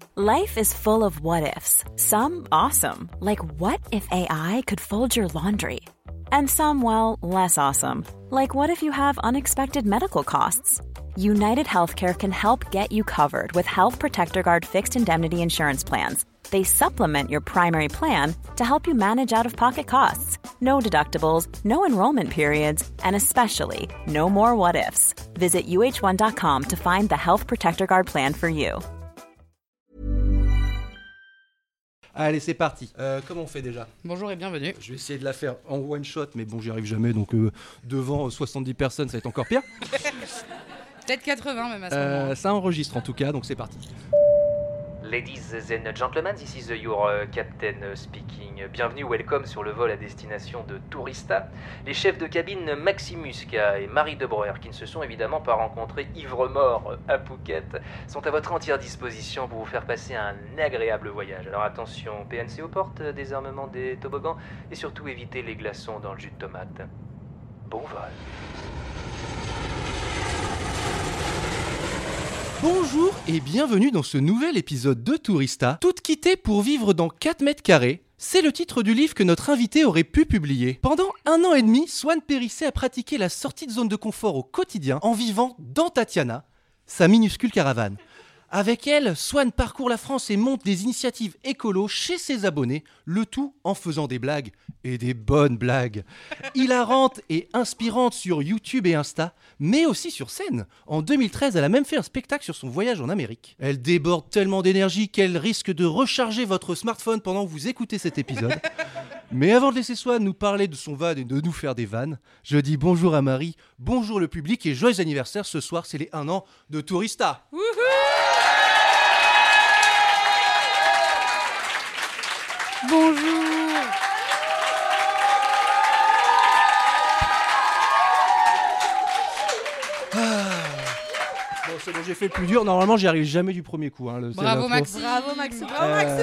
Life is full of what-ifs. Some awesome, like what if AI could fold your laundry? And some, well, less awesome, like what if you have unexpected medical costs? United Healthcare can help get you covered with Health Protector Guard fixed indemnity insurance plans. They supplement your primary plan to help you manage out-of-pocket costs. No deductibles, no enrollment periods, and especially no more what-ifs. Visit uh1.com to find the Health Protector Guard plan for you. Allez, c'est parti. Comment on fait déjà ? Bonjour et bienvenue. Je vais essayer de la faire en one shot, mais bon, j'y arrive jamais, donc devant 70 personnes, ça va être encore pire. Peut-être 80 même à ce moment. Ça enregistre en tout cas, donc c'est parti. Ladies and gentlemen, this is your captain speaking. Bienvenue, welcome sur le vol à destination de Tourista. Les chefs de cabine Maxime Muscat et Marie De Breuer, qui ne se sont évidemment pas rencontrés ivre-mort à Phuket, sont à votre entière disposition pour vous faire passer un agréable voyage. Alors attention, PNC aux portes, désarmement des toboggans et surtout évitez les glaçons dans le jus de tomate. Bon vol. Bonjour et bienvenue dans ce nouvel épisode de Tourista. Toutes quittées pour vivre dans 4 mètres carrés. C'est le titre du livre que notre invité aurait pu publier. Pendant 1 an et demi, Swan Périssé a pratiqué la sortie de zone de confort au quotidien en vivant dans Tatiana, sa minuscule caravane. Avec elle, Swan parcourt la France et monte des initiatives écolos chez ses abonnés, le tout en faisant des blagues, et des bonnes blagues. Hilarante et inspirante sur YouTube et Insta, mais aussi sur scène. En 2013, elle a même fait un spectacle sur son voyage en Amérique. Elle déborde tellement d'énergie qu'elle risque de recharger votre smartphone pendant que vous écoutez cet épisode. Mais avant de laisser Swan nous parler de son van et de nous faire des vannes, je dis bonjour à Marie, bonjour le public et joyeux anniversaire. Ce soir, c'est les 1 an de Tourista. Wouhou! Bonjour. Bon, c'est bon, j'ai fait le plus dur. Normalement, j'y arrive jamais du premier coup. Hein, Bravo Max. Bravo Maxou, bravo Maxou.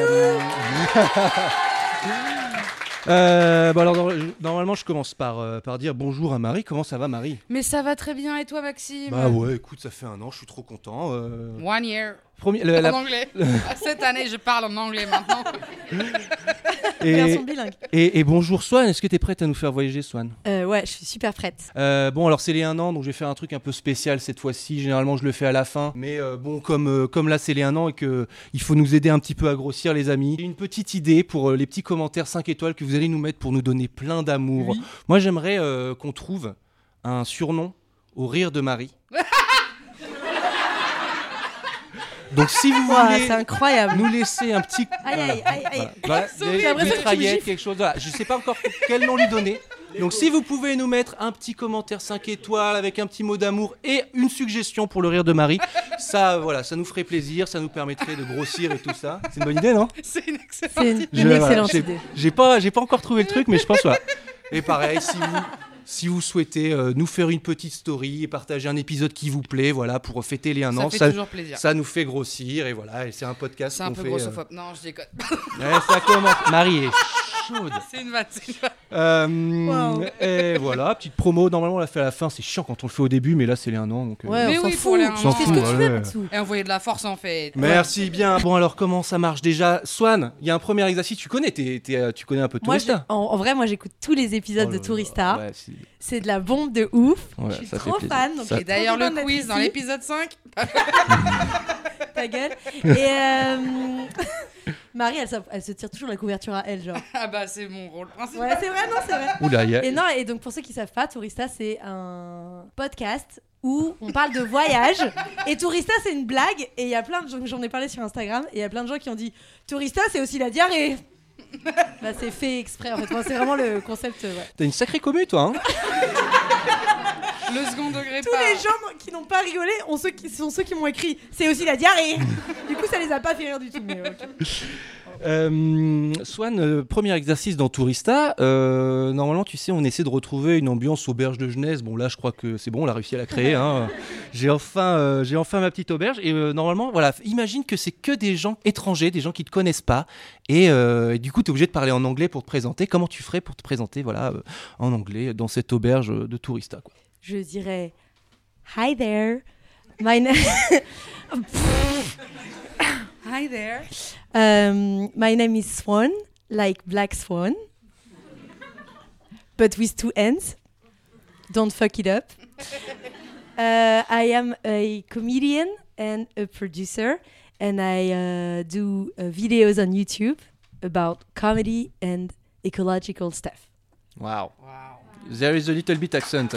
Bon alors, normalement, je commence par dire bonjour à Marie. Comment ça va, Marie ? Mais ça va très bien et toi Maxime ? Bah ouais, écoute, ça fait 1 an, je suis trop content. 1 year. La- En anglais. Cette année, je parle en anglais maintenant. Version bilingue. Et bonjour Swan, est-ce que t'es prête à nous faire voyager, Swan ? Ouais, je suis super prête. Bon, alors c'est les 1 an, donc je vais faire un truc un peu spécial cette fois-ci. Généralement, je le fais à la fin. Mais bon, comme là, c'est les 1 an et qu'il faut nous aider un petit peu à grossir, les amis. J'ai une petite idée pour les petits commentaires 5 étoiles que vous allez nous mettre pour nous donner plein d'amour. Oui. Moi, j'aimerais qu'on trouve un surnom au rire de Marie. Donc si vous voulez C'est incroyable. nous laisser un petit... Aïe. Voilà, J'ai l'impression que tu me mitraillette, gifles. quelque chose. Voilà. Je sais pas encore quel nom lui donner. Donc si vous pouvez nous mettre un petit commentaire 5 étoiles avec un petit mot d'amour et une suggestion pour le rire de Marie, ça nous ferait plaisir, ça nous permettrait de grossir et tout ça. C'est une bonne idée, non ? C'est une excellente C'est idée. une excellente j'ai- idée. J'ai pas encore trouvé le truc, mais je pense voilà. Et pareil, si vous souhaitez nous faire une petite story et partager un épisode qui vous plaît, voilà, pour fêter les 1 Ça an, fait toujours plaisir. ça nous fait grossir et voilà, et c'est un podcast C'est un qu'on peu fait. grossophobe. Non, je déconne. Ouais, ça commence. Marie est chaude. C'est une vanne. Wow. Et voilà, petite promo. Normalement, on l'a fait à la fin. C'est chiant quand on le fait au début, mais là, c'est les 1 an. Donc, Ouais, Mais on s'en oui, fout. pour les Tu 1 fais an. ce que tu veux, Ouais. Maxou. Et envoyer de la force en fait. Merci bien. Bon, alors, comment ça marche déjà ? Swan, il y a un premier exercice. Tu connais, tu connais un peu Moi, Tourista. en vrai, moi, j'écoute tous les épisodes Oh de là là. Tourista. Ouais, C'est de la bombe de ouf. Ouais, je suis ça fait trop plaisir. fan. Donc Ça- je suis Et d'ailleurs, trop le contente d'être quiz dans ici. l'épisode 5. Ta gueule. Et Marie, elle se tire toujours la couverture à elle, genre. Ah bah, c'est mon rôle principal. Ouais, c'est vrai, non, c'est vrai. Oula, il y a... Et non, et donc pour ceux qui savent pas, Tourista c'est un podcast où on parle de voyage. Et Tourista c'est une blague. Et il y a plein de gens, j'en ai parlé sur Instagram, et il y a plein de gens qui ont dit Tourista c'est aussi la diarrhée. Bah c'est fait exprès en fait. Moi, c'est vraiment le concept. Ouais. T'as une sacrée commu, toi. Hein. Le second degré Tous les gens qui n'ont pas rigolé sont ceux qui m'ont écrit c'est aussi la diarrhée. Du coup ça les a pas fait rire du tout. Mais ok. Swan, premier exercice dans Tourista. Normalement, tu sais, on essaie de retrouver une ambiance auberge de jeunesse. Bon, là, je crois que c'est bon, on l'a réussi à la créer. Hein. J'ai enfin ma petite auberge. Et normalement, voilà, imagine que c'est que des gens étrangers, des gens qui te connaissent pas. Et du coup, tu es obligé de parler en anglais pour te présenter. Comment tu ferais pour te présenter, voilà, en anglais dans cette auberge de Tourista, quoi. Je dirais Hi there. My name Hi there. My name is Swan, like Black Swan, but with 2 N's. Don't fuck it up. I am a comedian and a producer, and I do videos on YouTube about comedy and ecological stuff. Wow. Wow. There is a little bit accent.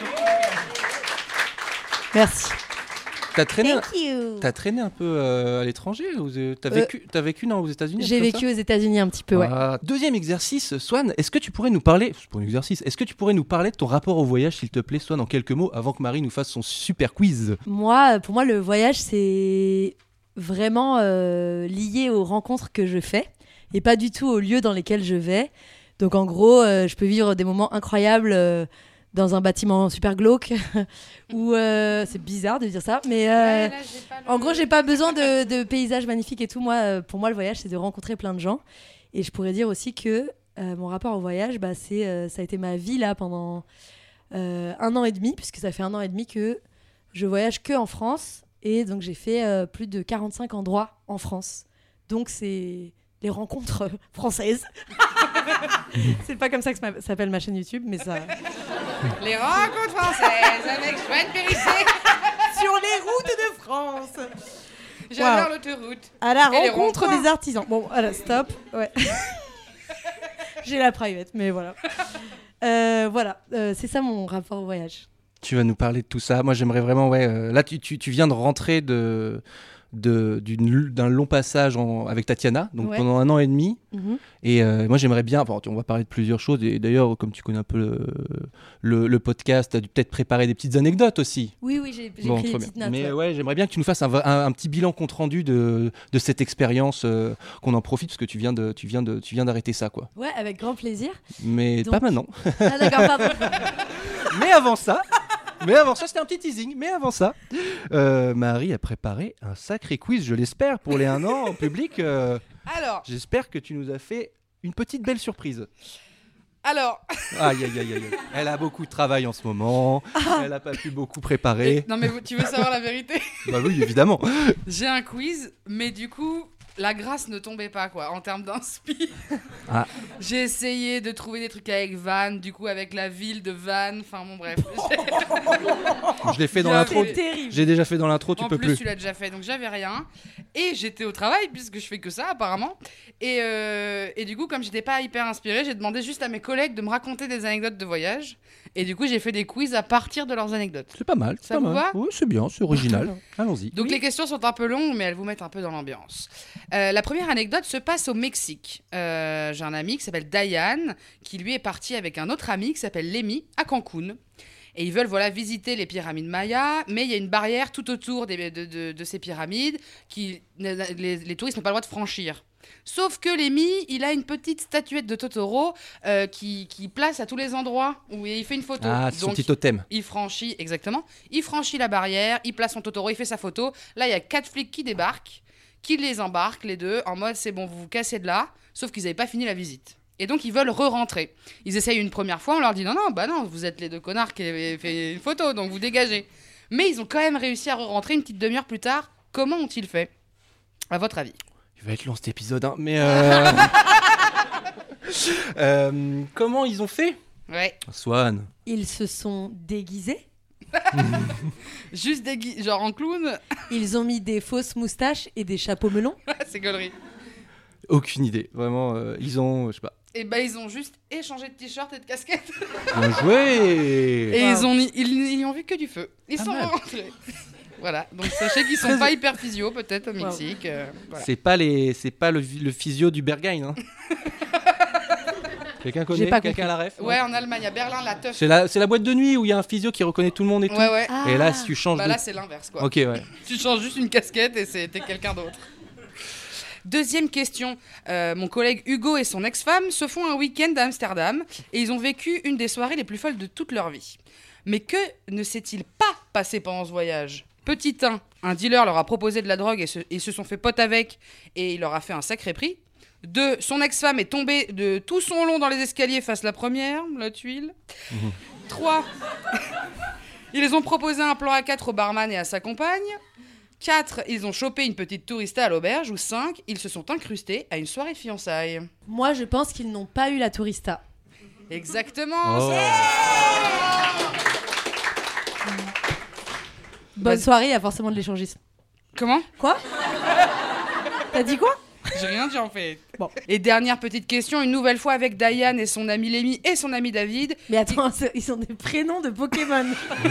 Merci. T'as traîné, Thank you. t'as traîné un peu à l'étranger ou t'as vécu non, aux États-Unis? J'ai vécu aux États-Unis un petit peu, ouais. Deuxième exercice, Swan, est-ce que tu pourrais nous parler, pour un exercice, est-ce que tu pourrais nous parler de ton rapport au voyage, s'il te plaît, Swan, en quelques mots, avant que Marie nous fasse son super quiz? Pour moi, le voyage, c'est vraiment lié aux rencontres que je fais et pas du tout aux lieux dans lesquels je vais. Donc en gros, je peux vivre des moments incroyables dans un bâtiment super glauque où c'est bizarre de dire ça, mais en gros, j'ai pas besoin de paysages magnifiques et tout. Pour moi, le voyage, c'est de rencontrer plein de gens. Et je pourrais dire aussi que mon rapport au voyage, ça a été ma vie là pendant 1 an et demi, puisque ça fait 1 an et demi que je voyage que en France. Et donc, j'ai fait plus de 45 endroits en France. Donc, c'est les rencontres françaises. C'est pas comme ça que s'appelle ma chaîne YouTube, mais ça... Les rencontres françaises avec Swan Périssé. Sur les routes de France. J'adore l'autoroute. À la Et les rencontre ronds-points. des artisans. Bon, voilà, stop. Ouais. J'ai la private, mais voilà. C'est ça mon rapport au voyage. Tu vas nous parler de tout ça. Moi, j'aimerais vraiment, là, tu viens de rentrer d'un long passage avec Tatiana, donc pendant 1 an et demi. Et moi, j'aimerais bien, on va parler de plusieurs choses. Et d'ailleurs, comme tu connais un peu le podcast, tu as dû peut-être préparer des petites anecdotes aussi. Oui, j'ai pris des petites notes. Mais j'aimerais bien que tu nous fasses un petit bilan compte rendu de cette expérience, qu'on en profite, parce que tu viens d'arrêter ça, quoi. Ouais, avec grand plaisir. Mais donc... pas maintenant. Ah d'accord, pardon. Mais avant ça, c'était un petit teasing. Mais avant ça, Marie a préparé un sacré quiz, je l'espère, pour les 1 an en public. Alors, J'espère que tu nous as fait une petite belle surprise. alors. Aïe. Elle a beaucoup de travail en ce moment. Elle n'a pas pu beaucoup préparer. Non, mais tu veux savoir la vérité? Bah oui, évidemment. J'ai un quiz, mais du coup, la grâce ne tombait pas, quoi, en termes d'inspi. Ah. J'ai essayé de trouver des trucs avec Vannes, du coup, avec la ville de Vannes. Enfin, bon, bref. Je l'ai fait dans l'intro. C'est terrible. J'ai déjà fait dans l'intro, tu En peux plus, plus. tu l'as déjà fait, donc j'avais rien. Et j'étais au travail, puisque je fais que ça, apparemment. Et du coup, comme j'étais pas hyper inspirée, j'ai demandé juste à mes collègues de me raconter des anecdotes de voyage. Et du coup, j'ai fait des quiz à partir de leurs anecdotes. C'est pas mal. Ça vous va ? Oui, c'est bien, c'est original. Allons-y. Donc les questions sont un peu longues, mais elles vous mettent un peu dans l'ambiance. La première anecdote se passe au Mexique. J'ai un ami qui s'appelle Diane, qui lui est parti avec un autre ami qui s'appelle Lémi à Cancun. Et ils veulent visiter les pyramides mayas, mais il y a une barrière tout autour de ces pyramides que les touristes n'ont pas le droit de franchir. Sauf que Lémi, il a une petite statuette de Totoro qui place à tous les endroits où il fait une photo. Ah, c'est son petit totem. Il franchit la barrière, il place son Totoro, il fait sa photo. Là, il y a 4 flics qui débarquent, qui les embarquent, les deux, en mode c'est bon, vous vous cassez de là, sauf qu'ils n'avaient pas fini la visite. Et donc, ils veulent re-rentrer. Ils essayent une première fois, on leur dit non, vous êtes les 2 connards qui avez fait une photo, donc vous dégagez. Mais ils ont quand même réussi à re-rentrer une petite demi-heure plus tard. Comment ont-ils fait, à votre avis ? Il va être long cet épisode, hein, mais comment ils ont fait ? Ouais. Swan. Ils se sont déguisés. Juste genre en clown. Ils ont mis des fausses moustaches et des chapeaux melons. C'est gaulerie. Aucune idée. Vraiment, ils ont, je sais pas. Et ils ont juste échangé de t-shirt et de casquette. Bien joué. Et ils n'y ont vu que du feu. Ils sont rentrés. Voilà, donc sachez qu'ils sont pas hyper physio peut-être au Mexique. Voilà. C'est pas le physio du Berghain, hein. Quelqu'un connaît ? Quelqu'un a la ref ? Ouais, en Allemagne, à Berlin, la teuf. C'est la boîte de nuit où il y a un physio qui reconnaît tout le monde et tout. Ouais. Ah. Et là, si tu changes là, c'est l'inverse, quoi. Ok, ouais. Tu changes juste une casquette et t'es quelqu'un d'autre. Deuxième question. Mon collègue Hugo et son ex-femme se font un week-end à Amsterdam et ils ont vécu une des soirées les plus folles de toute leur vie. Mais que ne s'est-il pas passé pendant ce voyage ? Petit 1, un dealer leur a proposé de la drogue et ils se sont fait pote avec et il leur a fait un sacré prix. 2, son ex-femme est tombée de tout son long dans les escaliers face la première, la tuile. 3, ils ont proposé un plan à 4 au barman et à sa compagne. 4, ils ont chopé une petite tourista à l'auberge. Ou 5, ils se sont incrustés à une soirée de fiançailles. Moi, je pense qu'ils n'ont pas eu la tourista. Exactement. Oh. Bonne Vas-y. soirée, il y a forcément de l'échangisme. Comment? Quoi? T'as dit quoi? J'ai rien dit en fait. Bon. Et dernière petite question, une nouvelle fois avec Diane et son ami Lémi et son ami David. Mais attends, ils ont des prénoms de Pokémon.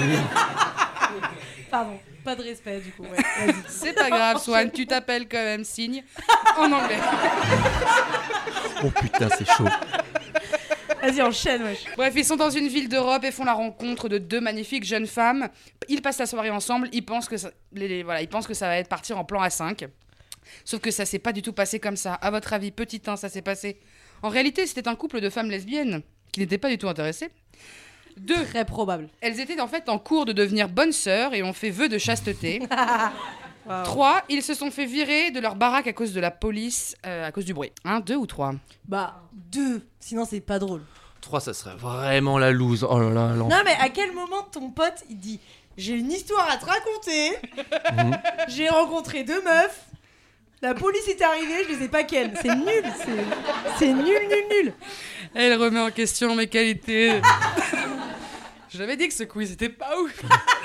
Pardon, pas de respect du coup. Ouais, vas-y. C'est pas grave, Swan, tu t'appelles quand même Signe en anglais. Oh putain, c'est chaud. Vas-y, enchaîne, wesh. Bref, ils sont dans une ville d'Europe et font la rencontre de 2 magnifiques jeunes femmes. Ils passent la soirée ensemble, ils pensent que ça, ils pensent que ça va être partir en plan A5. Sauf que ça s'est pas du tout passé comme ça. À votre avis, petit 1, ça s'est passé. En réalité, c'était un couple de femmes lesbiennes qui n'étaient pas du tout intéressées. 2, Très probable. elles étaient en fait en cours de devenir bonnes sœurs et ont fait vœu de chasteté. Wow. 3, ils se sont fait virer de leur baraque à cause de la police, à cause du bruit. 1, 2 ou 3? Bah, 2, sinon c'est pas drôle. 3, ça serait vraiment la loose. Oh là là, Non, mais à quel moment ton pote il dit j'ai une histoire à te raconter, j'ai rencontré 2 meufs, la police est arrivée, je les ai pas ken. C'est nul, c'est nul. Elle remet en question mes qualités. Je l'avais dit que ce quiz était pas ouf.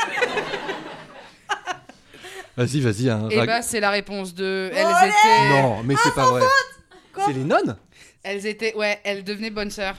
Vas-y. Hein, Et bah, c'est la réponse de. Elles Olé étaient. Non, mais c'est pas vrai. Quoi C'est les nonnes? Elles étaient. Ouais, elles devenaient bonnes sœurs.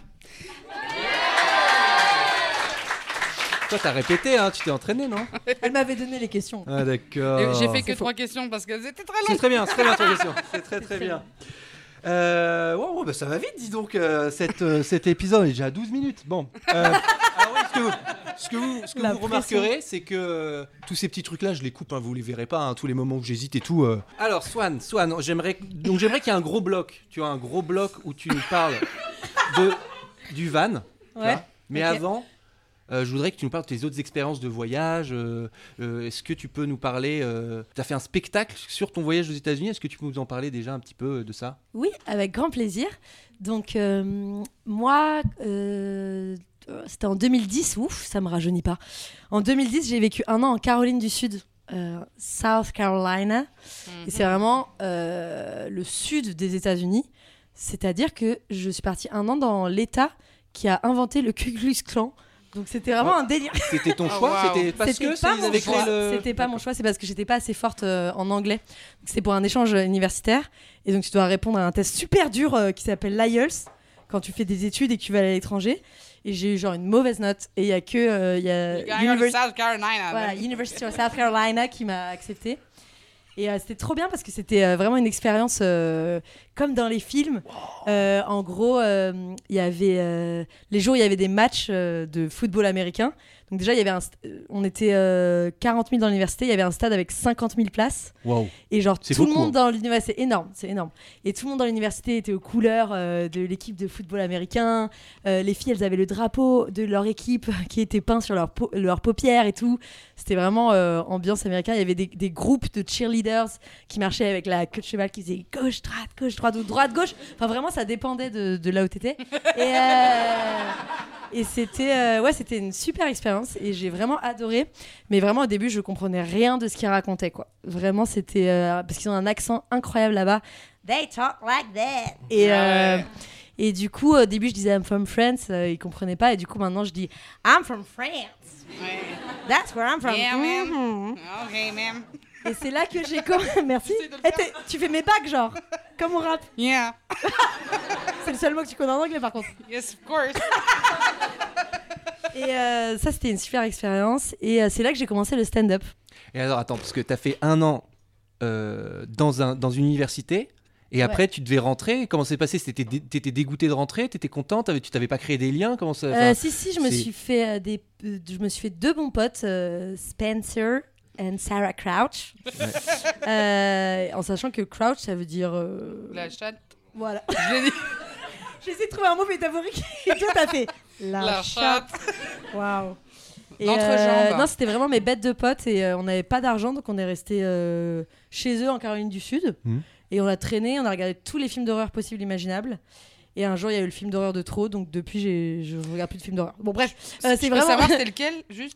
Toi, t'as répété, hein, tu t'es entraîné, non? Elle m'avait donné les questions. Ah, d'accord. Et j'ai fait que C'est faux. 3 questions parce qu'elles étaient très C'est longues. très bien ta question. C'est très bien. Ouais, bah ça va vite, dis donc, cet épisode est déjà à 12 minutes. Bon. Alors oui, ce que vous La remarquerez, c'est que tous ces petits trucs-là, je les coupe, hein, vous les verrez pas, hein, tous les moments où j'hésite et tout. Alors, Swan, j'aimerais qu'il y ait un gros bloc. Tu vois, un gros bloc où tu nous parles du van. tu Ouais. vois. Mais Ok. avant, je voudrais que tu nous parles de tes autres expériences de voyage. Est-ce que tu peux nous parler tu as fait un spectacle sur ton voyage aux États-Unis. Est-ce que tu peux nous en parler déjà un petit peu de ça? Oui, avec grand plaisir. Donc, moi, c'était en 2010. Ouf, ça me rajeunit pas. En 2010, j'ai vécu 1 an en Caroline du Sud, South Carolina. Et c'est vraiment le sud des États-Unis. C'est-à-dire que je suis partie 1 an dans l'État qui a inventé le Ku Klux Klan. Donc, c'était vraiment un délire. C'était ton Oh, choix? wow. C'était parce C'était que pas ils mon avaient choix. créé le... C'était pas mon choix, c'est parce que j'étais pas assez forte en anglais. Donc, c'est pour un échange universitaire. Et donc, tu dois répondre à un test super dur qui s'appelle l'IELTS quand tu fais des études et que tu vas aller à l'étranger. Et j'ai eu genre une mauvaise note. Et il y a que South Carolina. voilà, University of South Carolina qui m'a accepté. Et c'était trop bien parce que c'était vraiment une expérience comme dans les films. En gros, il y avait les jours où il y avait des matchs de football américain. Donc déjà, il y avait on était 40 000 dans l'université. Il y avait un stade avec 50 000 places. Waouh. Et genre C'est tout le beaucoup, monde dans l'université, c'est énorme. Et tout le monde dans l'université était aux couleurs de l'équipe de football américain. Les filles, elles avaient le drapeau de leur équipe qui était peint sur leurs paupières et tout. C'était vraiment ambiance américaine. Il y avait des groupes de cheerleaders qui marchaient avec la queue de cheval qui faisaient gauche, droite ou droite, gauche. Enfin vraiment, ça dépendait de là où t'étais. Et c'était c'était une super expérience et j'ai vraiment adoré. Mais vraiment au début je comprenais rien de ce qu'ils racontaient quoi. Vraiment c'était parce qu'ils ont un accent incroyable là-bas. They talk like that. Et du coup au début je disais I'm from France, ils comprenaient pas et du coup maintenant je dis I'm from France. Ouais. That's where I'm from. Yeah, man. Mhm. Ok, man. Et c'est là que j'ai merci. J'essaie de le faire. Tu fais mes bacs genre comme on rappe. Yeah. C'est le seul mot que tu connais en anglais par contre. Yes, of course. Et ça c'était une super expérience et c'est là que j'ai commencé le stand-up. Et alors attends, parce que t'as fait 1 an dans une université et après tu devais rentrer. Comment c'est passé? T'étais dégoûté de rentrer? T'étais contente? Tu t'avais pas créé des liens? Comment ça? Enfin, Si, je me suis fait je me suis fait 2 bons potes, Spencer and Sarah Crouch. En sachant que Crouch ça veut dire La chatte. voilà. Je l'ai dit. J'ai essayé de trouver un mot métaphorique et toi t'as fait La chatte. Waouh. Et L'entrejambe. non, c'était vraiment mes bêtes de potes et on n'avait pas d'argent donc on est resté chez eux en Caroline du Sud et on a traîné, on a regardé tous les films d'horreur possibles imaginables. Et un jour, il y a eu le film d'horreur de trop, donc depuis, je regarde plus de films d'horreur. Bon, bref, c'est Je peux vraiment. savoir c'était lequel, juste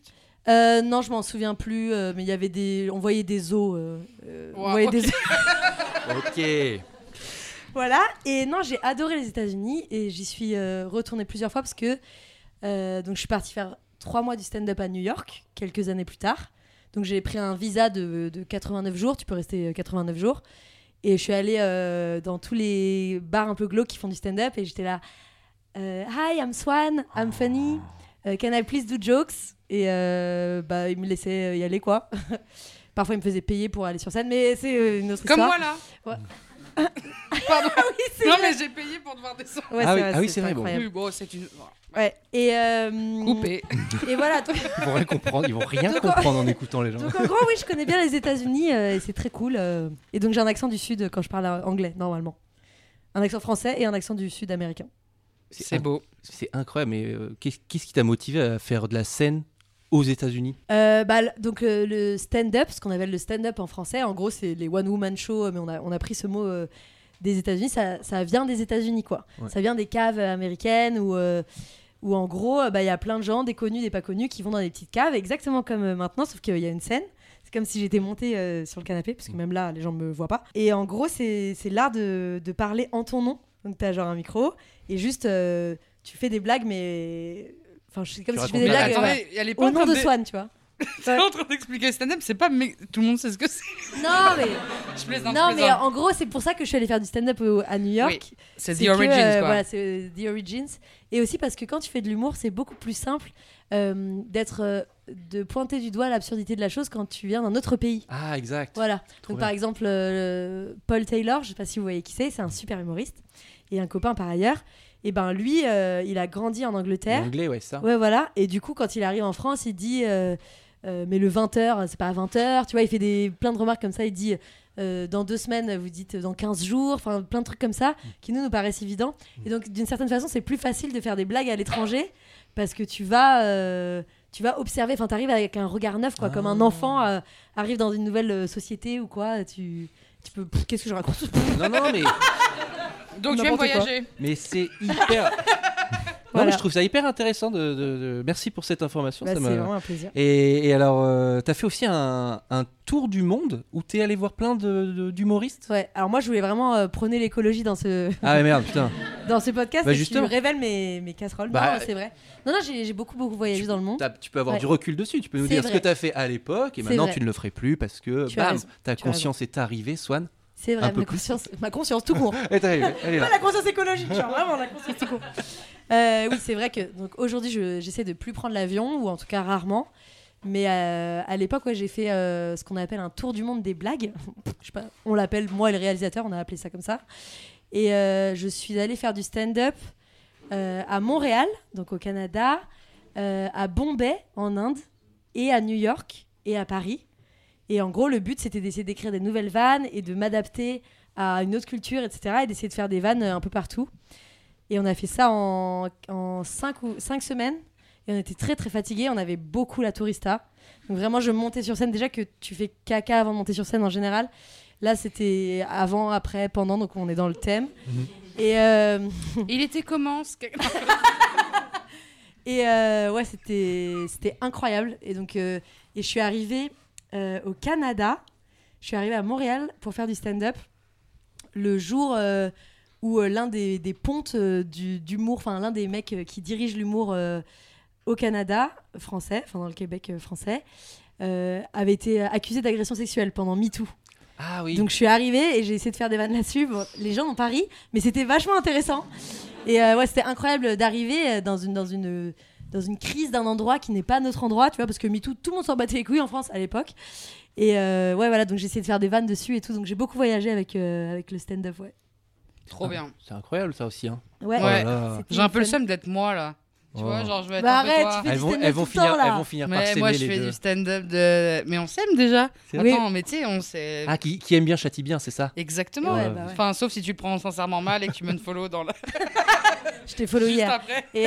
Non, je m'en souviens plus, mais il y avait on voyait des os. On voyait des os. Ok. Voilà, et non, j'ai adoré les États-Unis et j'y suis retournée plusieurs fois parce que donc je suis partie faire 3 mois du stand-up à New York, quelques années plus tard. Donc j'ai pris un visa de 89 jours, tu peux rester 89 jours. Et je suis allée dans tous les bars un peu glauques qui font du stand-up et j'étais là, Hi, I'm Swan, I'm funny, can I please do jokes? Et ils me laissaient y aller, quoi. Parfois, ils me faisaient payer pour aller sur scène, mais c'est une autre Comme histoire. moi là. Ouais. Pardon. Oui, c'est Non, vrai. mais j'ai payé pour devoir descendre. Ouais, c'est vrai, bon. incroyable. Oui, bon, c'est une. Ouais. Et, Coupé. et voilà. Donc, Ils vont rien comprendre, ils vont rien Donc, comprendre en écoutant les gens. donc en gros, oui, je connais bien les États-Unis et c'est très cool. Et donc j'ai un accent du Sud quand je parle anglais, normalement. Un accent français et un accent du Sud américain. C'est beau. C'est incroyable, mais qu'est-ce qui t'a motivé à faire de la scène aux États-Unis? Donc le stand-up, ce qu'on appelle le stand-up en français, en gros, c'est les one-woman shows, mais on a pris ce mot des États-Unis. Ça vient des États-Unis, quoi. Ouais. Ça vient des caves américaines où en gros, il y a plein de gens, des connus, des pas connus, qui vont dans des petites caves, exactement comme maintenant, sauf qu'il y a une scène. C'est comme si j'étais montée sur le canapé, parce que même là, les gens me voient pas. Et en gros, c'est l'art de parler en ton nom. Donc t'as genre un micro, et juste tu fais des blagues, mais... Enfin, c'est comme Tu si je fais des racontes blagues Attendez, elle est pas au en nom train de Swan, tu vois. T'es en train d'expliquer le stand-up, c'est pas. Tout le monde sait ce que c'est. Non, mais... Je plaisante. Non, je mais plaisante. en gros, c'est pour ça que je suis allée faire du stand-up à New York. Oui, c'est C'est The Origins, quoi. Voilà, c'est The Origins. Et aussi parce que quand tu fais de l'humour, c'est beaucoup plus simple de pointer du doigt l'absurdité de la chose quand tu viens d'un autre pays. Ah, exact. Voilà. Trop Donc bien. par exemple, Paul Taylor, je sais pas si vous voyez qui c'est un super humoriste et un copain par ailleurs. Et ben lui, il a grandi en Angleterre. L'anglais, ouais, ça. Ouais, voilà. Et du coup, quand il arrive en France, il dit mais le 20h, c'est pas à 20h. Tu vois, il fait plein de remarques comme ça. Il dit dans 2 semaines, vous dites dans 15 jours. Enfin, plein de trucs comme ça qui nous paraissent évidents. Et donc, d'une certaine façon, c'est plus facile de faire des blagues à l'étranger parce que tu vas observer. Enfin, t'arrives avec un regard neuf, quoi. Comme un enfant arrive dans une nouvelle société ou quoi. Tu peux... Qu'est-ce que je raconte? Non, mais Donc tu aimes N'importe quoi. voyager. Mais c'est hyper. Non, Voilà. mais je trouve ça hyper intéressant. Merci pour cette information. Bah, ça c'est m'a- vraiment un plaisir. Et alors, t'as fait aussi un tour du monde où t'es allé voir plein d'humoristes. Ouais, alors moi je voulais vraiment prôner l'écologie dans ce Ah mais merde, putain. dans ce podcast Bah, et justement. tu révèles mes casseroles. Bah, non, c'est vrai. Non, j'ai beaucoup voyagé dans le monde. Tu peux avoir Ouais. du recul dessus. Tu peux nous C'est dire ce vrai. que t'as fait à l'époque et C'est maintenant vrai. tu ne le ferais plus parce que Tu as bam, raison. ta Tu as conscience est arrivée, Swan. C'est vrai, un peu plus. ma conscience tout court. Elle est arrivée, elle est Pas là. la conscience écologique, genre vraiment la conscience tout court. Oui, c'est vrai que donc aujourd'hui j'essaie de plus prendre l'avion ou en tout cas rarement. Mais à l'époque, ouais, j'ai fait ce qu'on appelle un tour du monde des blagues. Je sais pas, on l'appelle, moi et le réalisateur, on a appelé ça comme ça. Et je suis allée faire du stand-up à Montréal, donc au Canada, à Bombay en Inde et à New York et à Paris. Et en gros, le but, c'était d'essayer d'écrire des nouvelles vannes et de m'adapter à une autre culture, etc. Et d'essayer de faire des vannes un peu partout. Et on a fait ça en 5 semaines. Et on était très, très fatigués. On avait beaucoup la tourista. Donc vraiment, je montais sur scène. Déjà que tu fais caca avant de monter sur scène en général. Là, c'était avant, après, pendant. Donc on est dans le thème. Et Il était comment ouais, c'était incroyable. Et donc, et je suis arrivée au Canada. Je suis arrivée à Montréal pour faire du stand-up le jour où l'un des pontes d'humour, enfin l'un des mecs qui dirige l'humour au Canada français, enfin dans le Québec français, avait été accusé d'agression sexuelle pendant MeToo. Ah oui. Donc je suis arrivée et j'ai essayé de faire des vannes là-dessus. Bon, les gens n'ont pas ri, mais c'était vachement intéressant. Et ouais, c'était incroyable d'arriver dans une crise d'un endroit qui n'est pas notre endroit, tu vois, parce que MeToo, tout le monde s'en battait les couilles en France à l'époque. Et ouais, voilà, donc j'ai essayé de faire des vannes dessus et tout. Donc j'ai beaucoup voyagé avec le stand-up, ouais. Trop bien. C'est incroyable ça aussi. Hein. Ouais, Ouais. c'était J'ai un peu le fun. seum d'être moi là. Tu Oh. vois, genre je vais être Bah un peu arrête, toi. tu fais du stand-up tout le finir, temps, là. elles vont finir par Mais s'aimer moi je les fais deux. du stand-up de. Mais on s'aime déjà. C'est vrai. Attends, mais tu sais, on s'est. Ah, qui aime bien châtie bien, c'est ça. Exactement. Ouais, bah ouais. Enfin, sauf si tu le prends sincèrement mal et que tu me follow dans la. Je t'ai follow Juste hier. après. Et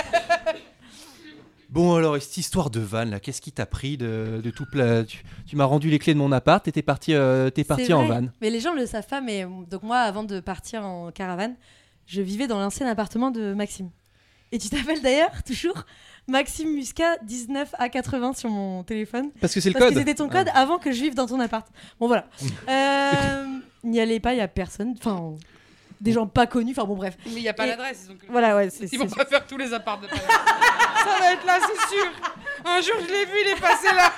Bon alors, et cette histoire de van là, qu'est-ce qui t'a pris de tout plat tu m'as rendu les clés de mon appart et t'es parti c'est en vrai. van. Mais les gens le savent pas, mais donc moi, avant de partir en caravane, je vivais dans l'ancien appartement de Maxime. Et tu t'appelles d'ailleurs toujours Maxime Muscat 19A80 sur mon téléphone. Parce que c'est le Parce code. que c'était ton code avant que je vive dans ton appart. Bon voilà. N'y allez pas, il y a personne. Enfin, des gens pas connus. Enfin bon bref. Mais il n'y a pas Et- l'adresse. Donc... Voilà ouais. Ils vont pas faire tous les apparts de Paris. Ça va être là, c'est sûr. Un jour, je l'ai vu, il est passé là.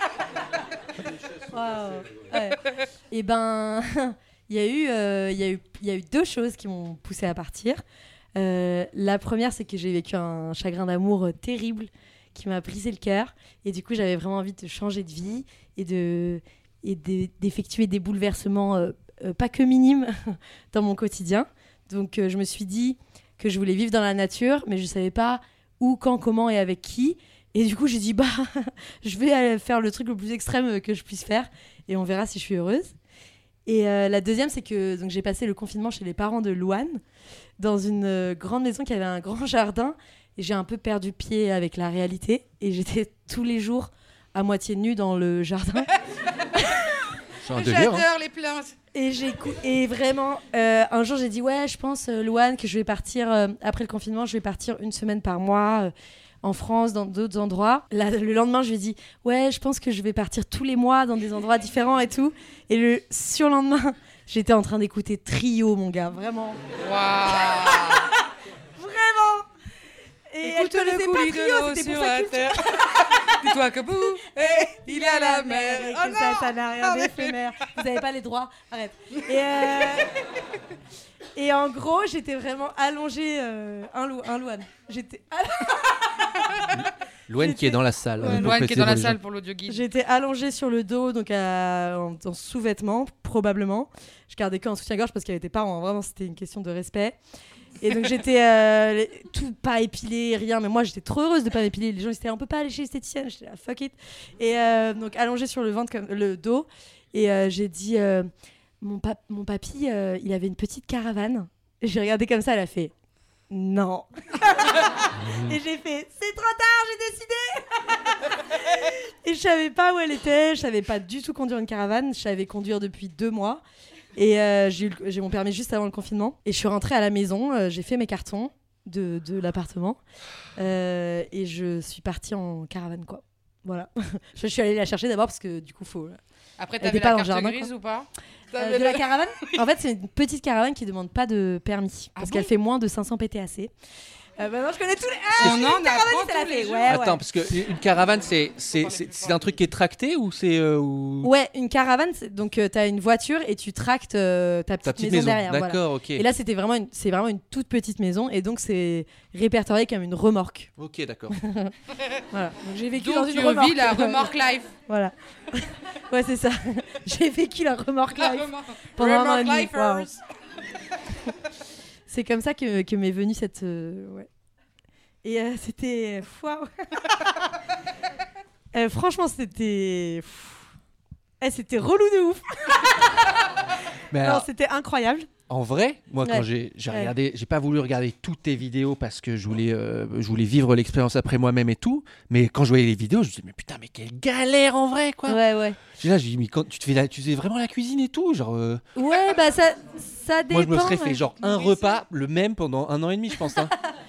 Wow. Ouais. Et ben, il y a eu deux choses qui m'ont poussée à partir. La première, c'est que j'ai vécu un chagrin d'amour terrible qui m'a brisé le cœur. Et du coup, j'avais vraiment envie de changer de vie et d'effectuer des bouleversements pas que minimes dans mon quotidien. Donc, je me suis dit que je voulais vivre dans la nature, mais je savais pas où, quand, comment et avec qui. Et du coup, j'ai dit, je vais aller faire le truc le plus extrême que je puisse faire et on verra si je suis heureuse. Et la deuxième, c'est que donc, j'ai passé le confinement chez les parents de Louane, dans une grande maison qui avait un grand jardin. Et j'ai un peu perdu pied avec la réalité. Et j'étais tous les jours à moitié nue dans le jardin. C'est un délire. J'adore les plaintes. Et vraiment, un jour, j'ai dit, ouais, je pense, Louane, que je vais partir, après le confinement, je vais partir 1 semaine par mois en France, dans d'autres endroits. Le lendemain, je lui ai dit, ouais, je pense que je vais partir tous les mois dans des endroits différents et tout. Et le surlendemain, j'étais en train d'écouter Trio, mon gars, vraiment. Waouh. Vraiment. Et elle Écoute le connaissait coulis pas Trio, de l'eau c'était sur pour sa la culture. terre. Dis-toi que bouh, il a la mer. Et Oh que non. ça n'a rien d'éphémère. Vous n'avez pas les droits. Arrête. Et en gros, j'étais vraiment allongée. Un Louane. Louane qui est dans la salle. Ouais, Loane qui est dans la salle pour l'audio guide. J'étais allongée sur le dos, donc en sous-vêtements, probablement. Je gardais qu'un soutien-gorge parce qu'elle était pas vraiment, c'était une question de respect. Et donc j'étais tout pas épilée, rien. Mais moi j'étais trop heureuse de pas m'épiler. Les gens ils étaient on peut pas aller chez l'esthéticienne. J'étais là, fuck it. Et donc allongée sur le ventre, comme le dos. Et j'ai dit mon papy, il avait une petite caravane. Et j'ai regardé comme ça, elle a fait non. Et j'ai fait c'est trop tard, j'ai décidé. Et je savais pas où elle était, je savais pas du tout conduire une caravane, je savais conduire depuis 2 mois. Et j'ai mon permis juste avant le confinement. Et je suis rentrée à la maison, j'ai fait mes cartons de l'appartement. Et je suis partie en caravane, quoi. Voilà. Je suis allée la chercher d'abord parce que du coup, faut. Après, Elle t'avais était pas la dans le carte jardin, grise quoi. ou pas? De la caravane. En fait, c'est une petite caravane qui demande pas de permis parce qu'elle fait moins de 500 PTAC. Maintenant, je connais tous les. On en apprend ça l'a tous les fait. jours. Ouais, Attends, parce qu'une caravane, c'est un truc qui est tracté ou c'est. Ouais, une caravane, donc t'as une voiture et tu tractes ta petite maison derrière. Voilà. D'accord, ok. Et là, c'est vraiment une toute petite maison et donc c'est répertorié comme une remorque. Ok, d'accord. Voilà. Donc j'ai vécu Donc dans une tu remorque. vis la remorque life. Voilà. Ouais, c'est ça. J'ai vécu la remorque La life remorque- pendant un an et remorque demi. lifers. Waouh. C'est comme ça que m'est venue cette. Ouais. Et c'était. Waouh. Franchement, c'était. C'était relou de ouf. Mais Non, alors, c'était incroyable. en vrai, moi, quand Ouais. j'ai regardé, j'ai pas voulu regarder toutes tes vidéos parce que je voulais vivre l'expérience après moi-même et tout. Mais quand je voyais les vidéos, je me disais, mais putain, mais quelle galère en vrai, quoi. Ouais. Là, je dis, mais quand tu faisais vraiment la cuisine et tout, genre. Ouais, bah ça dépend. Moi, je me serais fait ouais. genre un repas, le même pendant 1 an et demi, je pense. Hein.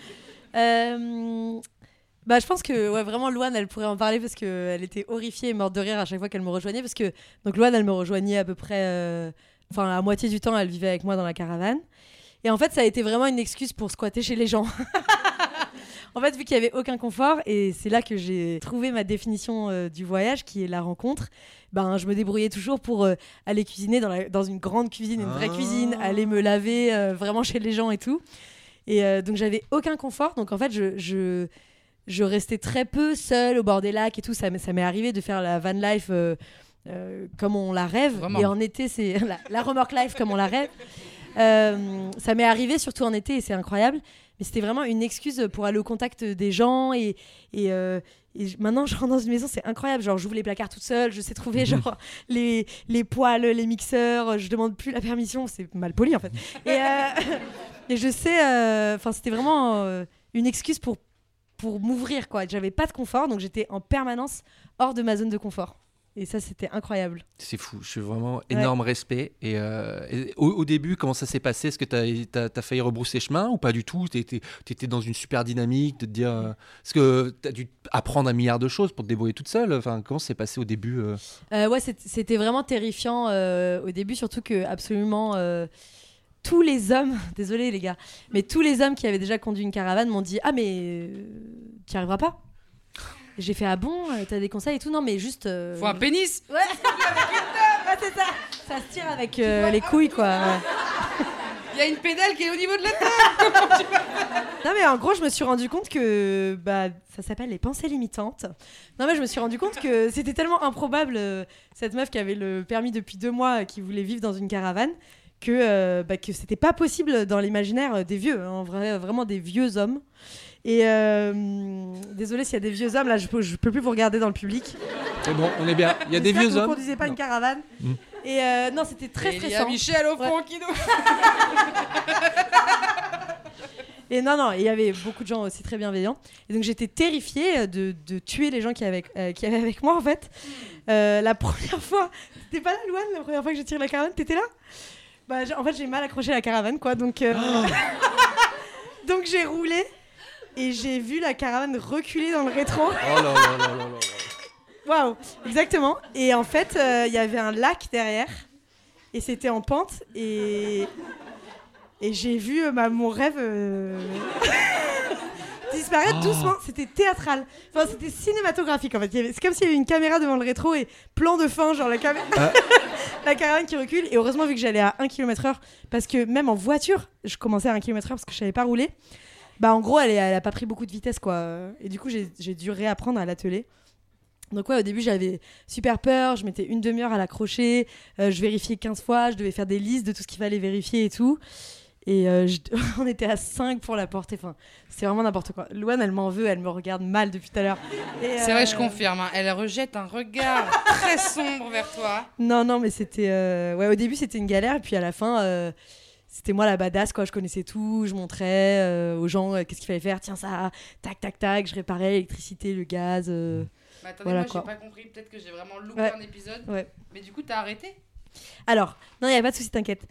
Bah, je pense que vraiment Louane elle pourrait en parler parce qu'elle était horrifiée et morte de rire à chaque fois qu'elle me rejoignait parce que donc Louane elle me rejoignait à peu près la moitié du temps elle vivait avec moi dans la caravane et en fait ça a été vraiment une excuse pour squatter chez les gens. En fait vu qu'il y avait aucun confort et c'est là que j'ai trouvé ma définition du voyage qui est la rencontre. Ben je me débrouillais toujours pour aller cuisiner dans une grande cuisine, une vraie cuisine, aller me laver vraiment chez les gens et tout. Et donc j'avais aucun confort donc en fait je restais très peu seule au bord des lacs et tout. Ça m'est arrivé de faire la van life comme on la rêve. Vraiment. Et en été, c'est la remorque life comme on la rêve. Ça m'est arrivé surtout en été et c'est incroyable. Mais c'était vraiment une excuse pour aller au contact des gens. Et maintenant, je rentre dans une maison, c'est incroyable. Genre, j'ouvre les placards toute seule. Je sais trouver genre les poêles, les mixeurs. Je demande plus la permission. C'est mal poli en fait. Et je sais... c'était vraiment une excuse pour m'ouvrir quoi. J'avais pas de confort donc j'étais en permanence hors de ma zone de confort Et ça, c'était incroyable. C'est fou, je suis vraiment énorme respect. Et au début, comment ça s'est passé ? Est-ce que t'as failli rebrousser chemin ou pas du tout ? T'étais dans une super dynamique de te dire... Est-ce que t'as dû apprendre un milliard de choses pour te débrouiller toute seule ? Enfin, comment ça s'est passé au début Ouais, c'était vraiment terrifiant au début, surtout que absolument... tous les hommes, désolé les gars, mais tous les hommes qui avaient déjà conduit une caravane m'ont dit « Ah mais tu n'y arriveras pas ?» J'ai fait « Ah bon, t'as des conseils et tout ?» Non mais juste... Faut un pénis. Ouais, c'est ça. Ça se tire avec les couilles quoi. Ouais. Il y a une pédale qui est au niveau de la table. Non mais en gros je me suis rendu compte que ça s'appelle les pensées limitantes. Non mais je me suis rendu compte que c'était tellement improbable cette meuf qui avait le permis depuis 2 mois qui voulait vivre dans une caravane que c'était pas possible dans l'imaginaire des vieux, hein, vraiment des vieux hommes. Et désolé s'il y a des vieux hommes là, je peux plus vous regarder dans le public. C'est bon, on est bien. Il y a des vieux hommes. Vous conduisez pas une caravane. Et non, c'était très stressant. Il y a Michel au fond qui nous... Et non, il y avait beaucoup de gens aussi très bienveillants. Et donc j'étais terrifiée de tuer les gens qui avaient avec moi en fait. La première fois, t'étais pas là, Louane, la première fois que j'ai tiré la caravane, t'étais là ? En fait, j'ai mal accroché la caravane quoi, donc donc j'ai roulé et j'ai vu la caravane reculer dans le rétro. Oh là là là là là. Waouh, exactement. Et en fait, il y avait un lac derrière et c'était en pente et j'ai vu mon rêve disparaître doucement. C'était théâtral. Enfin, c'était cinématographique en fait. C'est comme s'il y avait une caméra devant le rétro et plan de fin, genre la caravane qui recule. Et heureusement, vu que j'allais à 1 km/h, parce que même en voiture, je commençais à 1 km/h parce que je savais pas rouler. En gros, elle a pas pris beaucoup de vitesse quoi. Et du coup, j'ai dû réapprendre à l'atteler. Donc ouais, au début j'avais super peur, je mettais une demi-heure à l'accrocher, je vérifiais 15 fois, je devais faire des listes de tout ce qu'il fallait vérifier et tout. Et on était à 5 pour la porter, enfin, c'est vraiment n'importe quoi. Louane, elle m'en veut, elle me regarde mal depuis tout à l'heure. C'est vrai, je confirme, hein. Elle rejette un regard très sombre vers toi. Non, mais c'était... Ouais, au début c'était une galère, et puis à la fin... C'était moi la badass quoi, je connaissais tout, je montrais aux gens qu'est-ce qu'il fallait faire, tiens ça, tac tac tac, je réparais l'électricité, le gaz. Attendez, voilà, moi quoi. j'ai pas compris, peut-être que j'ai vraiment loupé un épisode. Ouais. Mais du coup t'as arrêté ? Alors, non, il n'y a pas de souci, t'inquiète.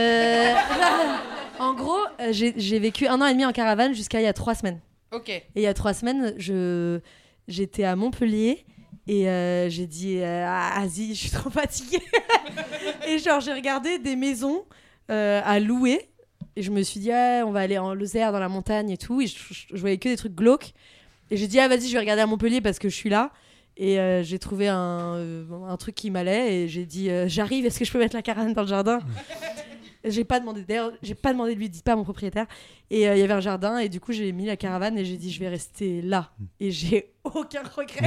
En gros, j'ai vécu 1 an et demi en caravane jusqu'à il y a 3 semaines. Ok. Et il y a 3 semaines, j'étais à Montpellier et j'ai dit vas-y, je suis trop fatiguée. Et genre, j'ai regardé des maisons à louer et je me suis dit on va aller en Lozère dans la montagne et tout. Et je voyais que des trucs glauques. Et j'ai dit vas-y, je vais regarder à Montpellier parce que je suis là. Et j'ai trouvé un truc qui m'allait et j'ai dit j'arrive, est-ce que je peux mettre la caravane dans le jardin ? J'ai pas demandé de lui, dites pas à mon propriétaire. Et il y avait un jardin et du coup j'ai mis la caravane et j'ai dit je vais rester là. Et j'ai aucun regret.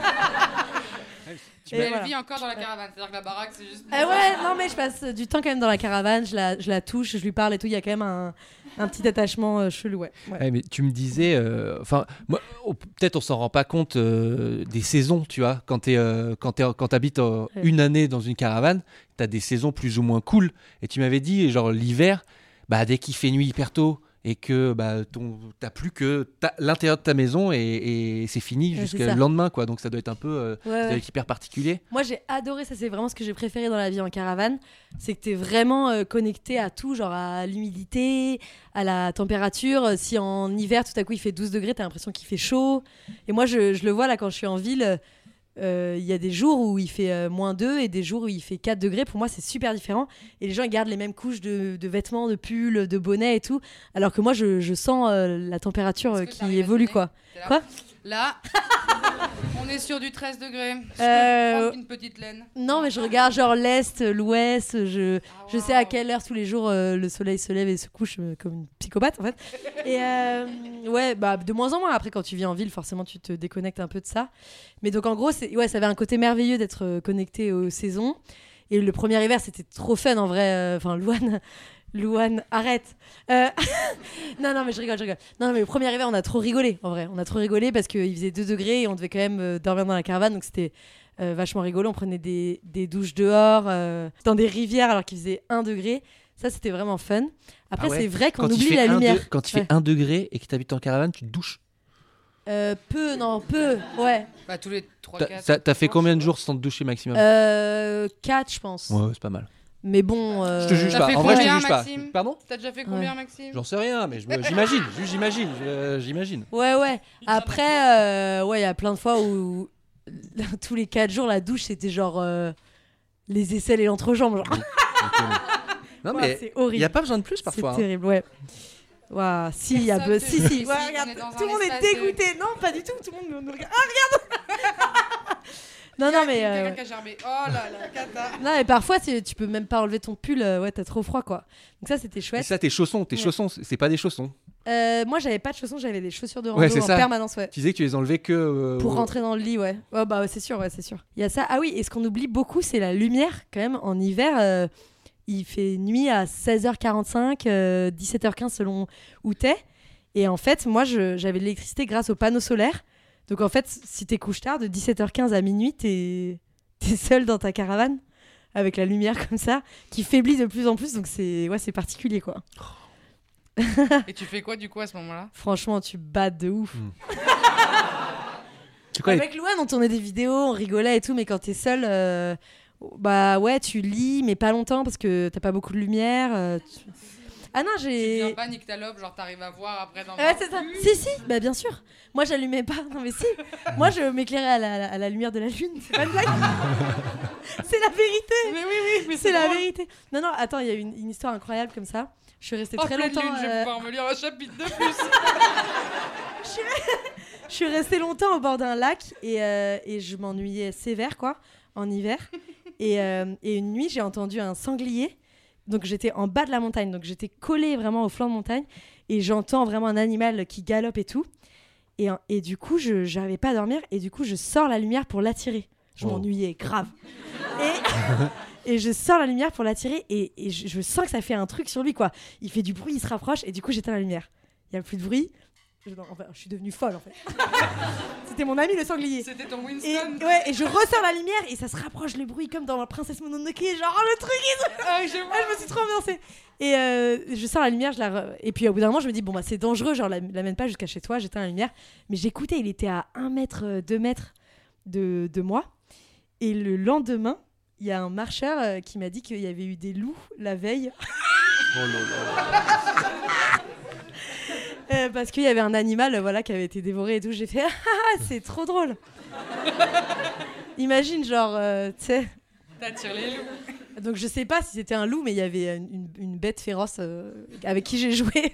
Elle vit encore dans la caravane, c'est-à-dire que la baraque c'est juste... Ouais, non mais je passe du temps quand même dans la caravane, je la touche, je lui parle et tout, il y a quand même un petit attachement chelou, ouais. Ouais, mais tu me disais, moi, peut-être on s'en rend pas compte des saisons, tu vois, quand t'habites une année dans une caravane, t'as des saisons plus ou moins cool, et tu m'avais dit, genre l'hiver, dès qu'il fait nuit hyper tôt, et que t'as plus que l'intérieur de ta maison et c'est fini jusqu'au lendemain quoi, donc ça doit être un peu ça doit être hyper particulier. Moi j'ai adoré ça, c'est vraiment ce que j'ai préféré dans la vie en caravane, c'est que t'es vraiment connecté à tout, genre à l'humidité, à la température. Si en hiver tout à coup il fait 12 degrés, t'as l'impression qu'il fait chaud, et moi je le vois là quand je suis en ville. Il y a des jours où il fait -2 et des jours où il fait 4 degrés. Pour moi, c'est super différent. Et les gens ils gardent les mêmes couches de vêtements, de pulls, de bonnets et tout. Alors que moi, je sens la température qui évolue, quoi. Quoi ? Là, on est sur du 13 degrés. Je peux prendre une petite laine. Non, mais je regarde genre l'Est, l'Ouest. Je sais à quelle heure tous les jours le soleil se lève et se couche comme une psychopathe, en fait. Et ouais, de moins en moins. Après, quand tu vis en ville, forcément, tu te déconnectes un peu de ça. Mais donc, en gros, ça avait un côté merveilleux d'être connecté aux saisons. Et le premier hiver, c'était trop fun, en vrai. Enfin, Louane, arrête. Non, mais je rigole. Non, mais le premier hiver, on a trop rigolé, en vrai. On a trop rigolé parce qu'il faisait 2 degrés et on devait quand même dormir dans la caravane. Donc, c'était vachement rigolo. On prenait des douches dehors, dans des rivières alors qu'il faisait 1 degré. Ça, c'était vraiment fun. Après, c'est vrai qu'on oublie la lumière. Quand il fait 1 degré et que tu habites en caravane, tu te douches. Peu, ouais. Bah, tous les 3-4. T'as fait combien de jours sans te doucher maximum 4, je pense. Ouais, c'est pas mal. Mais bon. Je te juge T'as pas. fait En vrai, je te combien, juge pas. Maxime Pardon ? T'as déjà fait combien, Maxime? J'en sais rien, mais j'imagine. Ouais. Après, il y a plein de fois où tous les 4 jours, la douche, c'était genre les aisselles et l'entrejambe. Genre. Non, Ouais, mais c'est il horrible. n'y a pas besoin de plus parfois. C'est terrible, ouais. Ouah, si, il y a si. Ici, Ouais, on regarde, est dans tout le un monde est espace de- dégoûté. Non, pas du tout. Tout le monde nous regarde. Ah, regarde. Non, mais. Quelqu'un qui a germé. Oh là là, cata. Non, et parfois, tu peux même pas enlever ton pull. Ouais, t'as trop froid, quoi. Donc ça, c'était Et chouette. ça, tes chaussons, c'est pas des chaussons. Moi, j'avais pas de chaussons, j'avais des chaussures de rando Ouais, c'est en ça. permanence, ouais. Tu disais que tu les enlevais que. Pour rentrer dans le lit, ouais. Oh, bah, ouais, c'est sûr. Il y a ça. Ah oui, et ce qu'on oublie beaucoup, c'est la lumière, quand même. En hiver, il fait nuit à 16h45, 17h15 selon où t'es. Et en fait, moi, j'avais de l'électricité grâce aux panneaux solaires. Donc, en fait, si t'es couche tard, de 17h15 à minuit, t'es seul dans ta caravane, avec la lumière comme ça, qui faiblit de plus en plus. Donc, c'est particulier, quoi. Et tu fais quoi, du coup, à ce moment-là? Franchement, tu battes de ouf. C'est quoi Avec Louane, on tournait des vidéos, on rigolait et tout, mais quand t'es seul, bah ouais, tu lis, mais pas longtemps parce que t'as pas beaucoup de lumière. Ah non, Tu viens j'ai. pas, nique ta lobe, genre t'arrives à voir après dans Ouais, c'est ça. Si, bah bien sûr. Moi, j'allumais pas. Non, mais si. Moi, je m'éclairais à la lumière de la lune. C'est pas une blague. C'est la vérité. Mais oui, mais C'est la drôle. vérité. Non, attends, il y a une histoire incroyable comme ça. Je suis restée Oh, très pleine longtemps. lune, je vais pouvoir me lire un chapitre de plus. Je suis restée longtemps au bord d'un lac et je m'ennuyais sévère, quoi, en hiver. Et une nuit, j'ai entendu un sanglier. Donc, j'étais en bas de la montagne. Donc, j'étais collée vraiment au flanc de montagne. Et j'entends vraiment un animal qui galope et tout. Et du coup, je n'arrivais pas à dormir. Et du coup, je sors la lumière pour l'attirer. Je m'ennuyais grave. Et je sors la lumière pour l'attirer. Et je sens que ça fait un truc sur lui, quoi. Il fait du bruit, il se rapproche. Et du coup, j'éteins la lumière. Il n'y a plus de bruit. Je suis devenue folle, en fait. C'était mon ami le sanglier. C'était ton Winston. Et je ressors la lumière et ça se rapproche le bruit comme dans la princesse Mononoke, genre le truc je me suis trop ambiancée. Et je sors la lumière, et puis au bout d'un moment je me dis bon bah c'est dangereux, genre l'amène pas jusqu'à chez toi, j'éteins la lumière. Mais j'écoutais, il était à 1 mètre, 2 mètres de moi. Et le lendemain, il y a un marcheur qui m'a dit qu'il y avait eu des loups la veille. Oh là là. Parce qu'il y avait un animal qui avait été dévoré et tout. J'ai fait c'est trop drôle. Imagine genre tu sais. T'attires les loups. Donc je sais pas si c'était un loup, mais il y avait une bête féroce avec qui j'ai joué.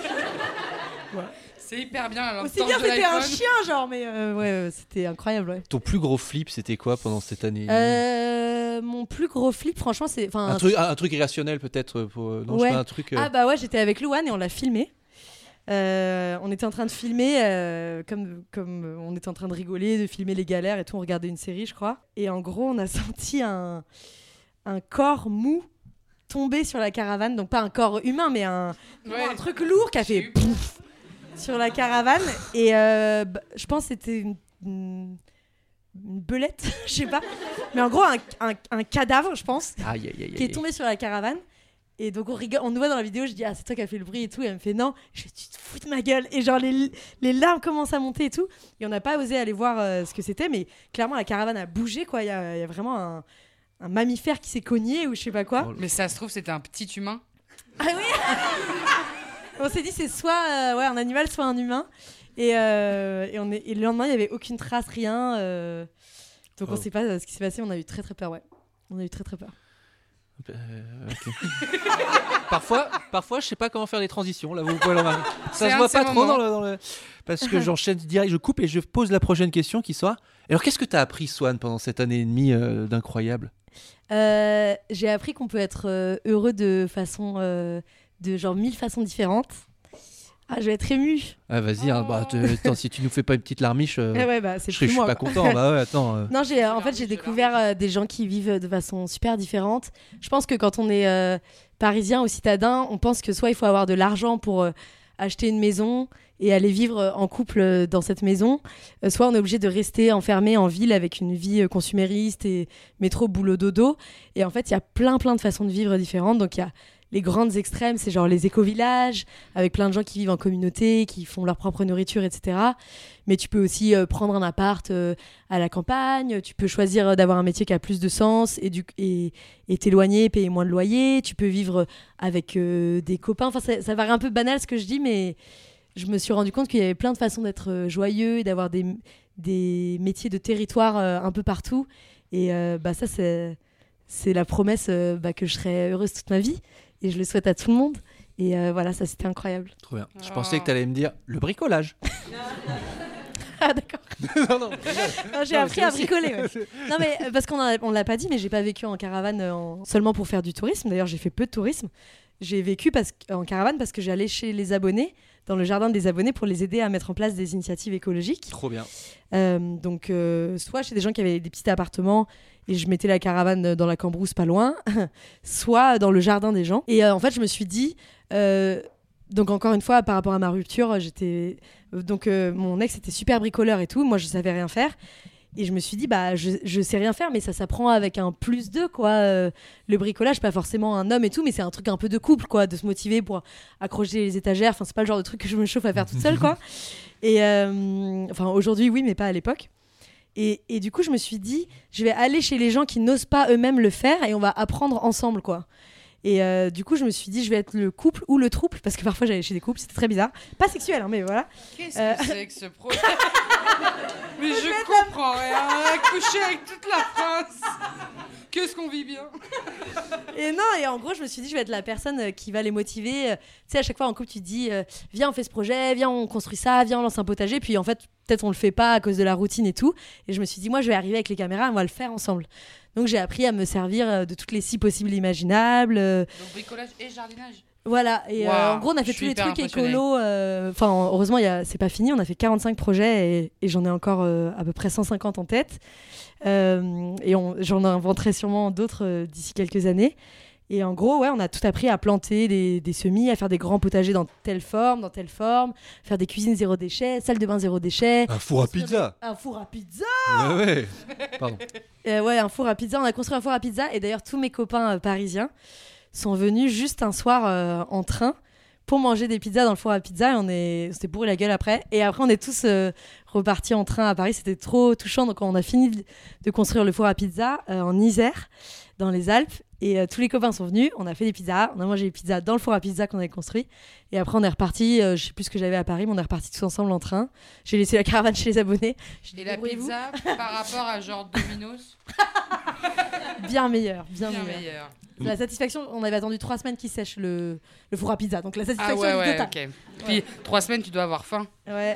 C'est hyper bien. Alors, Aussi bien c'était un chien genre, mais c'était incroyable. Ouais. Ton plus gros flip, c'était quoi pendant cette année Mon plus gros flip, franchement, c'est un truc irrationnel peut-être pour non, je sais pas, un truc. Ah bah ouais, j'étais avec Louane et on l'a filmé. On était en train de filmer comme on était en train de rigoler, de filmer les galères et tout, on regardait une série je crois, et en gros on a senti un corps mou tomber sur la caravane, donc pas un corps humain mais un truc lourd qui a fait pouf sur la caravane, et je pense que c'était une belette, je sais pas, mais en gros un cadavre je pense, qui est tombé sur la caravane. Et donc on rigole, on nous voit dans la vidéo, je dis c'est toi qui as fait le bruit et tout, et elle me fait non, tu te fous de ma gueule, et genre les larmes commencent à monter et tout, et on n'a pas osé aller voir ce que c'était, mais clairement la caravane a bougé quoi, il y a vraiment un mammifère qui s'est cogné ou je sais pas quoi. Mais ça se trouve c'était un petit humain. Ah oui. On s'est dit c'est soit un animal soit un humain, et le lendemain il y avait aucune trace, rien, donc on sait pas ce qui s'est passé, on a eu très très peur, on a eu très très peur. Okay. Parfois, je sais pas comment faire des transitions. Là, vous pouvez le remarquer. Ça se voit pas trop dans le... Parce que j'enchaîne direct, je coupe et je pose la prochaine question qui soit. Alors, qu'est-ce que tu as appris, Swan, pendant cette année et demie d'incroyable ? J'ai appris qu'on peut être heureux de façon, de genre 1000 façons différentes. Ah, je vais être émue. Ah, vas-y, attends, si tu nous fais pas une petite larmiche, c'est je suis pas content. Bah ouais, attends. Non, j'ai découvert des gens qui vivent de façon super différente. Je pense que quand on est parisien ou citadin, on pense que soit il faut avoir de l'argent pour acheter une maison et aller vivre en couple dans cette maison, soit on est obligé de rester enfermé en ville avec une vie consumériste et métro, boulot, dodo. Et en fait, il y a plein de façons de vivre différentes. Donc il les grandes extrêmes, c'est genre les éco-villages, avec plein de gens qui vivent en communauté, qui font leur propre nourriture, etc. Mais tu peux aussi prendre un appart à la campagne, tu peux choisir d'avoir un métier qui a plus de sens et t'éloigner, payer moins de loyer, tu peux vivre avec des copains. Enfin, ça paraît un peu banal ce que je dis, mais je me suis rendu compte qu'il y avait plein de façons d'être joyeux et d'avoir des métiers de territoire un peu partout. Et ça, c'est la promesse que je serai heureuse toute ma vie. Et je le souhaite à tout le monde. Et voilà, ça, c'était incroyable. Trop bien. Je pensais que tu allais me dire le bricolage. Ah, d'accord. non, j'ai appris à bricoler. Ouais. Non, mais parce qu'on l'a pas dit, mais j'ai pas vécu en caravane seulement pour faire du tourisme. D'ailleurs, j'ai fait peu de tourisme. J'ai vécu en caravane parce que j'allais chez les abonnés, dans le jardin des abonnés, pour les aider à mettre en place des initiatives écologiques. Trop bien. Donc, soit chez des gens qui avaient des petits appartements et je mettais la caravane dans la Cambrousse pas loin, soit dans le jardin des gens. Et en fait, je me suis dit... donc encore une fois, par rapport à ma rupture, mon ex était super bricoleur et tout. Moi, je savais rien faire. Et je me suis dit, je sais rien faire, mais ça s'apprend avec un +2, quoi. Le bricolage, pas forcément un homme et tout, mais c'est un truc un peu de couple, quoi, de se motiver pour accrocher les étagères. Enfin, c'est pas le genre de truc que je me chauffe à faire toute seule, quoi. Et aujourd'hui, oui, mais pas à l'époque. Et du coup, je me suis dit, je vais aller chez les gens qui n'osent pas eux-mêmes le faire et on va apprendre ensemble, quoi. Et du coup, je me suis dit, je vais être le couple ou le trouble, parce que parfois j'allais chez des couples, c'était très bizarre. Pas sexuel, hein, mais voilà. Qu'est-ce que c'est que ce projet? Mais je comprends rien. Coucher avec toute la France. Qu'est-ce qu'on vit bien. Et en gros, je me suis dit, je vais être la personne qui va les motiver. Tu sais, à chaque fois en couple, tu te dis, viens, on fait ce projet, viens, on construit ça, viens, on lance un potager. Puis en fait, peut-être on le fait pas à cause de la routine et tout. Et je me suis dit, moi, je vais arriver avec les caméras, on va le faire ensemble. Donc j'ai appris à me servir de toutes les scies possibles et imaginables. Donc bricolage et jardinage. Voilà, et en gros on a fait tous les trucs écolos. Enfin, heureusement, c'est pas fini, on a fait 45 projets et j'en ai encore à peu près 150 en tête. Et j'en inventerai sûrement d'autres d'ici quelques années. Et en gros, ouais, on a tout appris à planter des semis, à faire des grands potagers dans telle forme, faire des cuisines zéro déchet, salle de bain zéro déchet. Un four à pizza. Un four à pizza. Ouais. Pardon. Ouais, un four à pizza. On a construit un four à pizza et d'ailleurs tous mes copains parisiens sont venus juste un soir en train pour manger des pizzas dans le four à pizza et on s'était bourré la gueule après. Et après, on est tous repartis en train à Paris. C'était trop touchant. Donc, on a fini de construire le four à pizza en Isère, dans les Alpes. Et tous les copains sont venus. On a fait des pizzas. On a mangé des pizzas dans le four à pizza qu'on avait construit. Et après, on est reparti. Je sais plus ce que j'avais à Paris, mais on est repartis tous ensemble en train. J'ai laissé la caravane chez les abonnés. Et la pizza par rapport à genre Domino's? Bien meilleur. La satisfaction, on avait attendu 3 semaines qu'il sèche le four à pizza. Donc la satisfaction est totale. Okay. Puis 3 semaines, tu dois avoir faim. Ouais.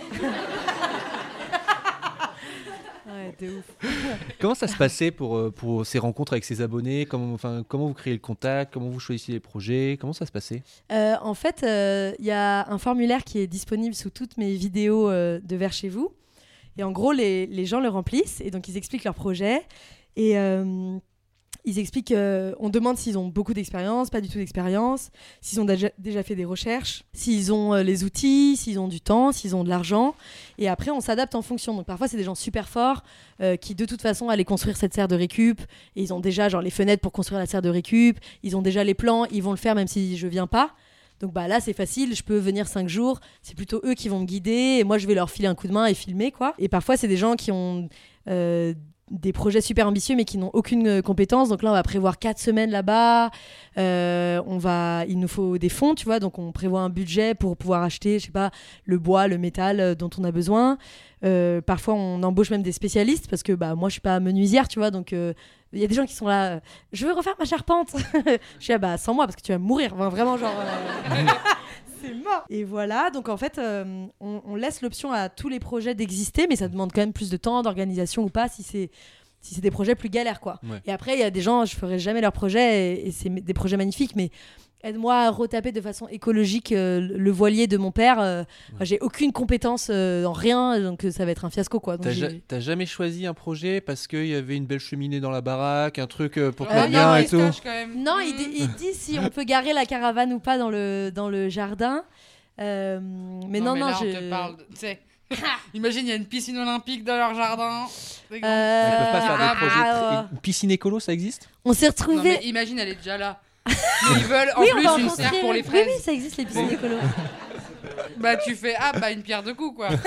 Ouais, t'es ouf. Comment ça se passait pour ces rencontres avec ses abonnés? Comment vous créez le contact? Comment vous choisissez les projets? Comment ça se passait? En fait, y a un formulaire qui est disponible sous toutes mes vidéos de Vers chez vous. Et en gros, les gens le remplissent et donc ils expliquent leur projet. Et ils expliquent, on demande s'ils ont beaucoup d'expérience, pas du tout d'expérience, s'ils ont déjà fait des recherches, s'ils ont les outils, s'ils ont du temps, s'ils ont de l'argent. Et après, on s'adapte en fonction. Donc parfois, c'est des gens super forts qui, de toute façon, allaient construire cette serre de récup. Et ils ont déjà genre les fenêtres pour construire la serre de récup. Ils ont déjà les plans, ils vont le faire même si je viens pas. Donc là, c'est facile, je peux venir 5 jours. C'est plutôt eux qui vont me guider. Et moi, je vais leur filer un coup de main et filmer, quoi. Et parfois, c'est des gens qui ont... des projets super ambitieux mais qui n'ont aucune compétence. Donc là, on va prévoir 4 semaines là-bas. Il nous faut des fonds, tu vois. Donc on prévoit un budget pour pouvoir acheter, je sais pas, le bois, le métal dont on a besoin. Parfois, on embauche même des spécialistes parce que moi, je suis pas menuisière, tu vois. Donc il y a des gens qui sont là. Je veux refaire ma charpente. Je suis là, sans moi parce que tu vas mourir. Enfin, vraiment, genre. C'est mort. Et voilà, donc en fait, on laisse l'option à tous les projets d'exister, mais ça demande quand même plus de temps, d'organisation ou pas, si c'est des projets plus galères, quoi. Ouais. Et après, il y a des gens, je ferai jamais leurs projets, et c'est des projets magnifiques, mais aide-moi à retaper de façon écologique le voilier de mon père. Ouais. J'ai aucune compétence en rien, donc ça va être un fiasco, quoi. Donc t'as jamais choisi un projet parce qu'il y avait une belle cheminée dans la baraque, un truc pour mettre bien et tout? Non, il dit si on peut garer la caravane ou pas dans le jardin. Mais non, là, on te parle, tu sais. Imagine, il y a une piscine olympique dans leur jardin. Ils peuvent pas faire des projets. Une piscine écolo, ça existe? On s'est retrouvés. Imagine, elle est déjà là. Mais ils veulent en Oui, on plus va en une construire serre pour les une. fraises. Oui, ça existe les piscines écolo. Bah tu fais une pierre deux coups quoi.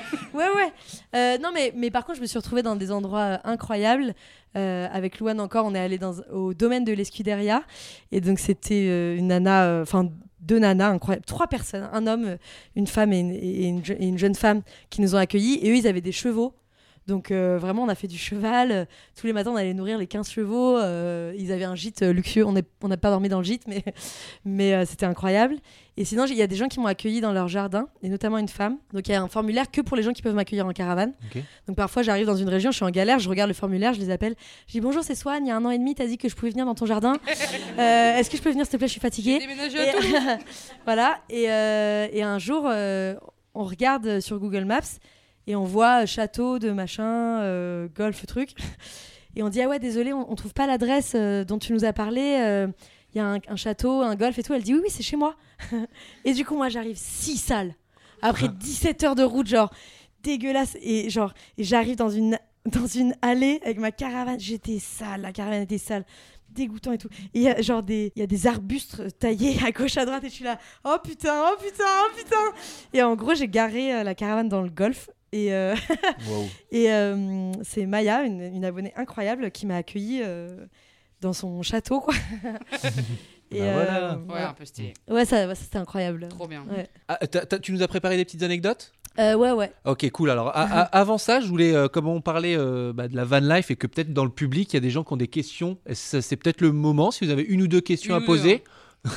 Ouais. Non, mais par contre, je me suis retrouvée dans des endroits incroyables. Avec Louane encore, on est allé au domaine de l'Escuderia. Et donc, c'était une nana, enfin, 2 nanas incroyables, 3 personnes, un homme, une femme et une jeune femme qui nous ont accueillis. Et eux, ils avaient des chevaux. Donc vraiment, on a fait du cheval. Tous les matins, on allait nourrir les 15 chevaux. Ils avaient un gîte luxueux. On n'a pas dormi dans le gîte, mais c'était incroyable. Et sinon, il y a des gens qui m'ont accueilli dans leur jardin, et notamment une femme. Donc il y a un formulaire que pour les gens qui peuvent m'accueillir en caravane. Ok. Donc parfois, j'arrive dans une région, je suis en galère, je regarde le formulaire, je les appelle. Je dis bonjour, c'est Swan, il y a 1 an et demi, t'as dit que je pouvais venir dans ton jardin. Est-ce que je peux venir, s'il te plaît, je suis fatiguée. J'ai déménagé à Toulouse. Voilà. Et un jour, on regarde sur Google Maps. Et on voit château de machin, golf, truc. Et on dit, ah ouais, désolé, on trouve pas l'adresse dont tu nous as parlé. Il y a un château, un golf et tout. Elle dit, oui, c'est chez moi. Et du coup, moi, j'arrive 6 salles. Après 17 heures de route, genre, dégueulasse. Et j'arrive dans une allée avec ma caravane. J'étais sale, la caravane était sale. Dégoûtant et tout. Et il y a des arbustes taillés à gauche, à droite. Et je suis là, oh putain. Et en gros, j'ai garé la caravane dans le golf. Et, Wow. et c'est Maya, une abonnée incroyable, qui m'a accueillie dans son château, quoi. Et Bah voilà. Ouais, un peu stylé. Ouais, ça, c'était incroyable. Trop bien. Ouais. Ah, tu nous as préparé des petites anecdotes ? Ouais. Ok, cool. Alors, avant ça, je voulais, comme on parlait de la van life et que peut-être dans le public, il y a des gens qui ont des questions. C'est peut-être le moment, si vous avez 1 ou 2 questions à poser.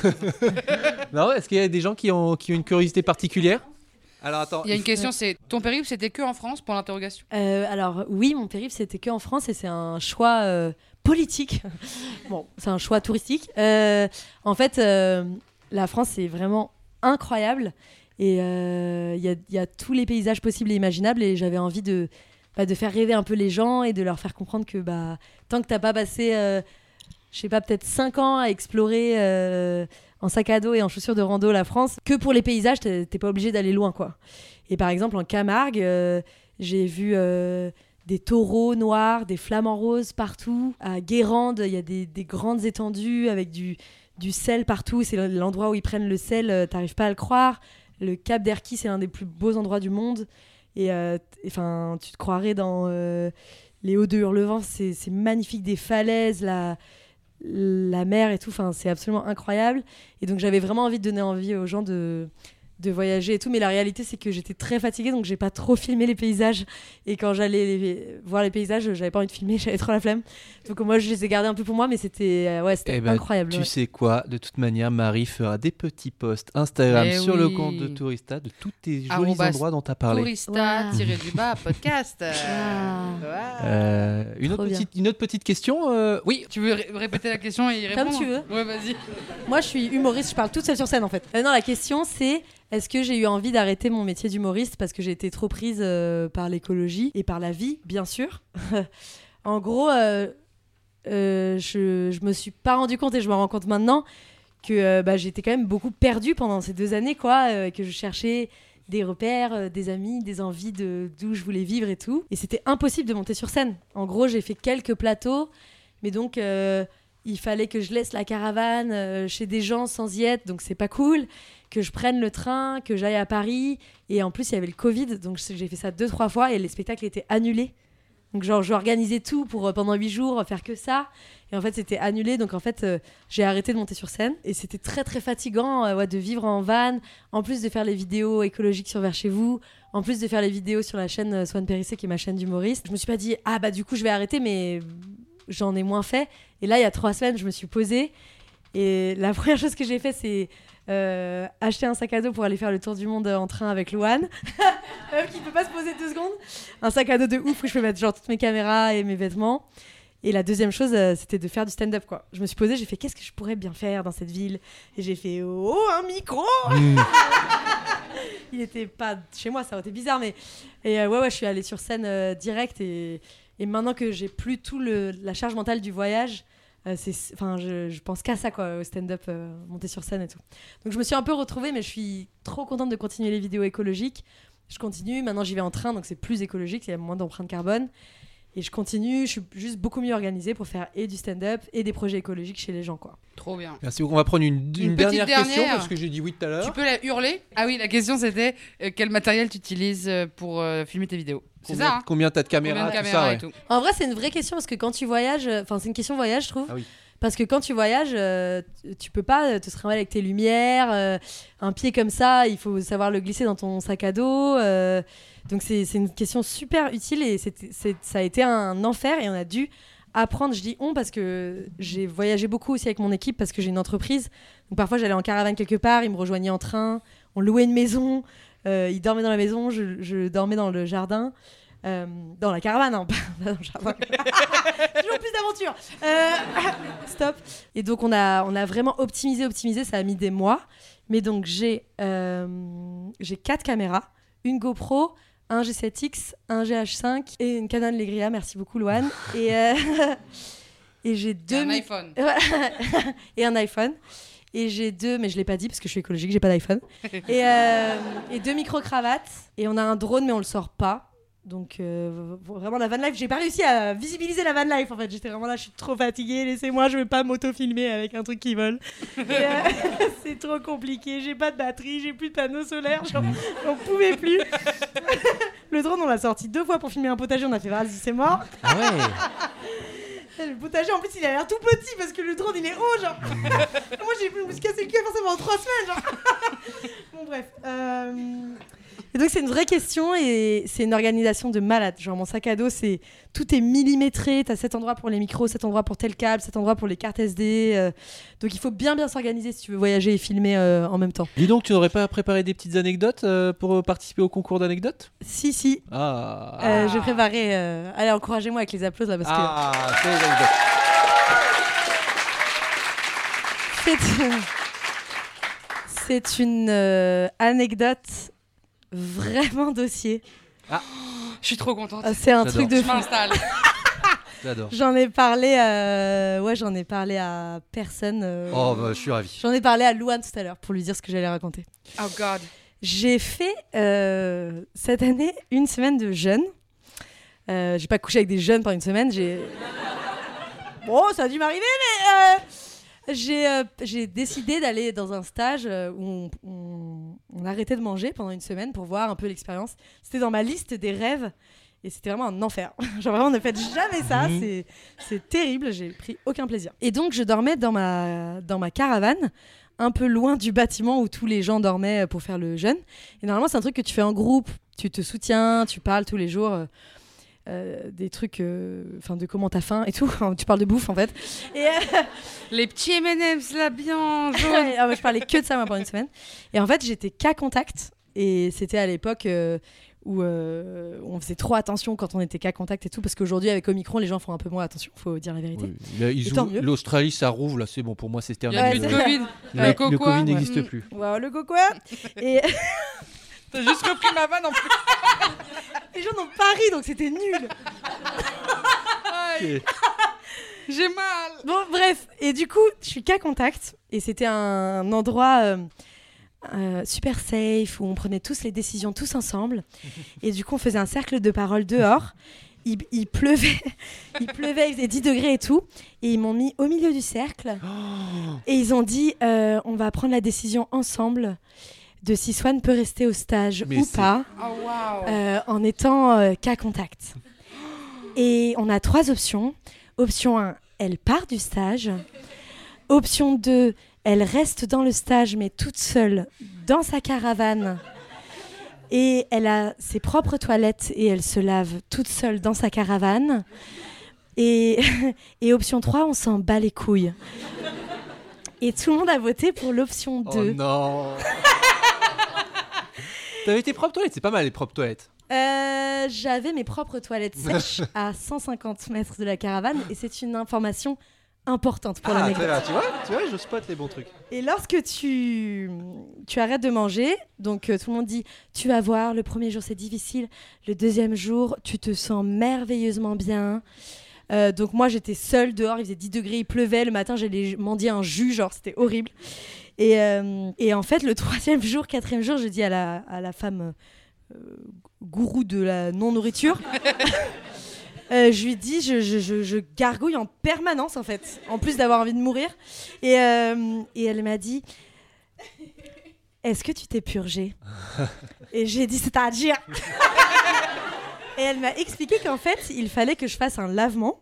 Non, est-ce qu'il y a des gens qui ont une curiosité particulière ? Alors, attends. Il y a une question, c'est ton périple, c'était que en France pour l'interrogation? Alors oui, mon périple, c'était que en France et c'est un choix politique. Bon, c'est un choix touristique. En fait, la France, c'est vraiment incroyable. Et il y a tous les paysages possibles et imaginables. Et j'avais envie de faire rêver un peu les gens et de leur faire comprendre que tant que t'as pas passé, je sais pas, peut-être 5 ans à explorer en sac à dos et en chaussures de rando la France, que pour les paysages, t'es pas obligé d'aller loin, quoi. Et par exemple, en Camargue, j'ai vu des taureaux noirs, des flamants roses partout. À Guérande, il y a des grandes étendues avec du sel partout. C'est l'endroit où ils prennent le sel, t'arrives pas à le croire. Le Cap d'Erquy, c'est l'un des plus beaux endroits du monde. Et tu te croirais dans les Hauts de Hurlevent, c'est magnifique, des falaises, la mer et tout, c'est absolument incroyable. Et donc j'avais vraiment envie de donner envie aux gens de voyager et tout, mais la réalité c'est que j'étais très fatiguée, donc j'ai pas trop filmé les paysages, et quand j'allais voir les paysages, j'avais pas envie de filmer, j'avais trop la flemme, donc moi je les ai gardés un peu pour moi, mais c'était incroyable. Tu sais quoi, de toute manière, Marie fera des petits posts Instagram sur le compte de Tourista de tous tes jolis endroits dont tu as parlé. Tourista-du-bas podcast. Une autre petite question, oui. Tu veux répéter la question et y répondre? Comme tu veux. Ouais, vas-y. Moi je suis humoriste, je parle toute seule sur scène en fait. Non, la question c'est: est-ce que j'ai eu envie d'arrêter mon métier d'humoriste parce que j'ai été trop prise par l'écologie et par la vie, bien sûr. En gros, je me suis pas rendu compte, et je me rends compte maintenant, que j'étais quand même beaucoup perdue pendant ces 2 années, quoi, que je cherchais des repères, des amis, des envies d'où je voulais vivre et tout. Et c'était impossible de monter sur scène. En gros, j'ai fait quelques plateaux, mais donc il fallait que je laisse la caravane chez des gens sans y être, donc c'est pas cool. Que je prenne le train, que j'aille à Paris. Et en plus, il y avait le Covid, donc j'ai fait ça 2-3 fois et les spectacles étaient annulés. Donc j'organisais tout pour pendant 8 jours faire que ça. Et en fait, c'était annulé. Donc en fait, j'ai arrêté de monter sur scène. Et c'était très très fatigant de vivre en van, en plus de faire les vidéos écologiques sur Vers chez vous, en plus de faire les vidéos sur la chaîne Swan Périssé, qui est ma chaîne d'humoriste. Je me suis pas dit, du coup, je vais arrêter, mais j'en ai moins fait. Et là, il y a 3 semaines, je me suis posée. Et la première chose que j'ai fait, c'est acheter un sac à dos pour aller faire le tour du monde en train avec Louane, qui ne peut pas se poser 2 secondes. Un sac à dos de ouf où je peux mettre toutes mes caméras et mes vêtements. Et la deuxième chose, c'était de faire du stand-up, quoi. Je me suis posée, j'ai fait qu'est-ce que je pourrais bien faire dans cette ville. Et j'ai fait un micro. Il était pas chez moi, ça aurait été bizarre, mais je suis allée sur scène direct, et maintenant que j'ai plus tout la charge mentale du voyage, je pense qu'à ça, quoi, au stand-up, monter sur scène et tout. Donc je me suis un peu retrouvée, mais je suis trop contente de continuer les vidéos écologiques. Je continue, maintenant j'y vais en train, donc c'est plus écologique, il y a moins d'empreinte carbone. Et je continue, je suis juste beaucoup mieux organisée pour faire et du stand-up et des projets écologiques chez les gens, quoi. Trop bien. Merci beaucoup. On va prendre une dernière question dernière. parce que j'ai dit oui tout à l'heure. Tu peux la hurler? Ah oui, la question c'était quel matériel tu utilises pour filmer tes vidéos? C'est ça, hein? Combien t'as de caméras, Combien de tout caméras ça, et tout. En vrai, c'est une vraie question parce que quand tu voyages, enfin, c'est une question voyage, je trouve. Ah oui. Parce que quand tu voyages, tu peux pas te trimballer avec tes lumières, un pied comme ça, il faut savoir le glisser dans ton sac à dos. Donc c'est une question super utile et ça a été un enfer et on a dû apprendre. Je dis on parce que j'ai voyagé beaucoup aussi avec mon équipe parce que j'ai une entreprise. Donc parfois j'allais en caravane quelque part, ils me rejoignaient en train, on louait une maison, ils dormaient dans la maison, je dormais dans le jardin. Dans la caravane, hein, pas dans le jardin. Toujours plus d'aventure. Stop. Et donc on a vraiment optimisé, ça a mis des mois. Mais donc j'ai 4 caméras, une GoPro, un G7X, un GH5 et une Canon Legria. Merci beaucoup Loane. Et j'ai Un iPhone. et un iPhone. Et j'ai 2, mais je l'ai pas dit parce que je suis écologique, j'ai pas d'iPhone. Et 2 micro-cravates. Et on a un drone, mais on le sort pas. Donc vraiment la van life, j'ai pas réussi à visibiliser la van life en fait. J'étais vraiment là, je suis trop fatiguée, laissez-moi, je vais pas m'auto-filmer avec un truc qui vole. Et, c'est trop compliqué, j'ai pas de batterie, j'ai plus de panneaux solaires, j'en pouvais plus. Le drone on l'a sorti 2 fois pour filmer un potager, on a fait vas-y c'est mort. Ah ouais. Le potager en plus il a l'air tout petit parce que le drone il est haut genre. Moi j'ai pu me casser le cul à faire ça pendant 3 semaines genre. Bon bref. Et donc c'est une vraie question et c'est une organisation de malade. Genre mon sac à dos, tout est millimétré. T'as cet endroit pour les micros, cet endroit pour tel câble, cet endroit pour les cartes SD. Donc il faut bien s'organiser si tu veux voyager et filmer en même temps. Dis donc, tu n'aurais pas préparé des petites anecdotes pour participer au concours d'anecdotes? Si. Ah. J'ai préparé. Allez, encouragez-moi avec les applaudissements là parce c'est les anecdotes. C'est une anecdote vraiment dossier. Je suis trop contente. C'est un J'adore. truc de Je fou. m'installe. J'adore. J'en ai parlé à personne. Je suis ravi. J'en ai parlé à Louane tout à l'heure pour lui dire ce que j'allais raconter. Oh God. J'ai fait cette année une semaine de jeûne. J'ai pas couché avec des jeunes pendant une semaine. Bon, ça a dû m'arriver, mais j'ai décidé d'aller dans un stage où on arrêtait de manger pendant une semaine pour voir un peu l'expérience. C'était dans ma liste des rêves et c'était vraiment un enfer. Genre vraiment, ne faites jamais ça, c'est terrible, j'ai pris aucun plaisir. Et donc, je dormais dans ma caravane, un peu loin du bâtiment où tous les gens dormaient pour faire le jeûne. Et normalement, c'est un truc que tu fais en groupe, tu te soutiens, tu parles tous les jours. Des trucs de comment t'as faim et tout. Tu parles de bouffe en fait et Les petits M&M's là bien jaunes. ouais, je parlais que de ça moi pendant une semaine et en fait j'étais cas contact et c'était à l'époque où on faisait trop attention quand on était cas contact et tout parce qu'aujourd'hui avec Omicron les gens font un peu moins attention, faut dire la vérité. Oui. Là, l'Australie ça rouvre là, c'est bon pour moi, c'est Il y terminé. a plus de Covid. Le coco. Covid n'existe plus. Wow, le coco et T'as juste repris ma vanne en plus. les gens n'ont pas ri donc c'était nul. Aïe. J'ai mal. Bon bref et du coup je suis cas contact et c'était un endroit super safe où on prenait tous les décisions tous ensemble et du coup on faisait un cercle de parole dehors. Il pleuvait, il faisait 10 degrés et tout et ils m'ont mis au milieu du cercle et ils ont dit on va prendre la décision ensemble de si Swan peut rester au stage ou pas en étant cas contact. Et on a 3 options. Option 1, elle part du stage. Option 2, elle reste dans le stage mais toute seule dans sa caravane. Et elle a ses propres toilettes et elle se lave toute seule dans sa caravane. Et option 3, on s'en bat les couilles. Et tout le monde a voté pour l'option 2. Oh non. T'avais tes propres toilettes, c'est pas mal les propres toilettes. J'avais mes propres toilettes sèches à 150 mètres de la caravane et c'est une information importante pour l'anecdote. Tu vois, je spot les bons trucs. Et lorsque tu arrêtes de manger, donc tout le monde dit tu vas voir, le premier jour c'est difficile, le deuxième jour tu te sens merveilleusement bien. Donc moi j'étais seule dehors, il faisait 10 degrés, il pleuvait, le matin j'allais mendier un jus, genre c'était horrible. Et en fait le 3e jour, 4e jour, je dis à la femme gourou de la non-nourriture Je lui dis, je gargouille en permanence en fait, en plus d'avoir envie de mourir. Et elle m'a dit, est-ce que tu t'es purgée? Et j'ai dit, c'est-à-dire? Et elle m'a expliqué qu'en fait, il fallait que je fasse un lavement.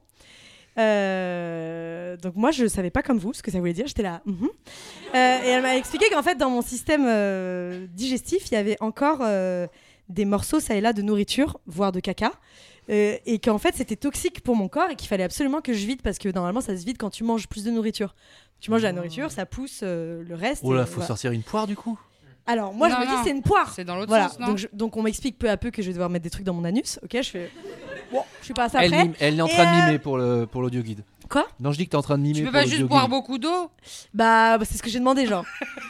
Donc moi, je savais pas comme vous ce que ça voulait dire. J'étais là. Et elle m'a expliqué qu'en fait, dans mon système digestif, il y avait encore des morceaux ça et là de nourriture, voire de caca. Et qu'en fait c'était toxique pour mon corps et qu'il fallait absolument que je vide parce que normalement ça se vide quand tu manges plus de nourriture. Tu manges de la nourriture, ça pousse le reste. Oh là, faut voilà. sortir une poire du coup. Alors moi je me dis c'est une poire. C'est dans l'autre Voilà. sens, non? Donc on m'explique peu à peu que je vais devoir mettre des trucs dans mon anus. Ok, je fais bon, je suis pas à ça près. Elle est en train de mimer pour l'audio guide. Quoi? Non, je dis que t'es en train de mimer Tu peux pour pas l'audio juste boire guide. beaucoup d'eau? Bah c'est ce que j'ai demandé genre.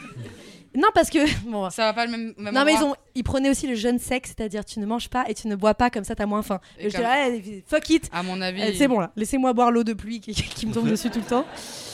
Non parce que bon. Ça va pas le même Non mais endroit. ils prenaient aussi le jeûne sec, c'est-à-dire tu ne manges pas et tu ne bois pas comme ça t'as moins faim. Et Et j'étais là, fuck it. À mon avis. C'est bon là, laissez-moi boire l'eau de pluie qui me tombe dessus tout le temps.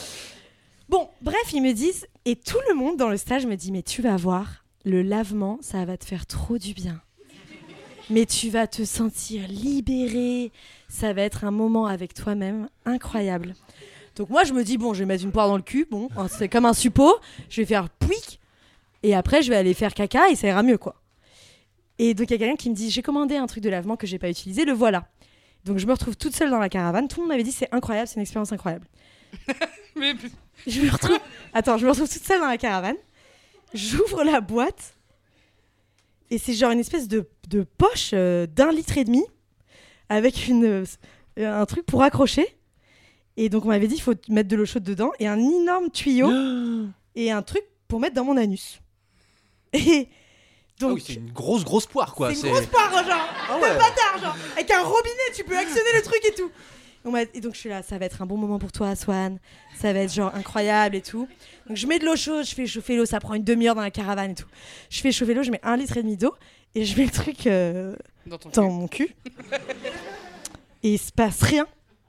Bon, bref, ils me disent, et tout le monde dans le stage me dit, mais tu vas voir, le lavement, ça va te faire trop du bien. Mais tu vas te sentir libéré, ça va être un moment avec toi-même incroyable. Donc moi, je me dis, bon, je vais mettre une poire dans le cul, bon, c'est comme un suppôt, je vais faire pouic, et après, je vais aller faire caca, et ça ira mieux, quoi. Et donc, il y a quelqu'un qui me dit, j'ai commandé un truc de lavement que j'ai pas utilisé, le voilà. Donc, je me retrouve toute seule dans la caravane, tout le monde m'avait dit, c'est incroyable, c'est une expérience incroyable. Mais Je me retrouve toute seule dans la caravane. J'ouvre la boîte et c'est genre une espèce de poche d'1,5 litre avec un truc pour accrocher. Et donc on m'avait dit il faut mettre de l'eau chaude dedans et un énorme tuyau et un truc pour mettre dans mon anus. Et donc Ah oui, c'est une grosse poire quoi. c'est une grosse poire genre Ah de ouais. bâtard genre avec un robinet tu peux actionner le truc et tout. Et donc je suis là, ça va être un bon moment pour toi Swan, ça va être genre incroyable et tout. Donc je mets de l'eau chaude, je fais chauffer l'eau, ça prend une demi-heure dans la caravane et tout. Je fais chauffer l'eau, je mets 1,5 litre d'eau et je mets le truc dans mon cul. Et il se passe rien.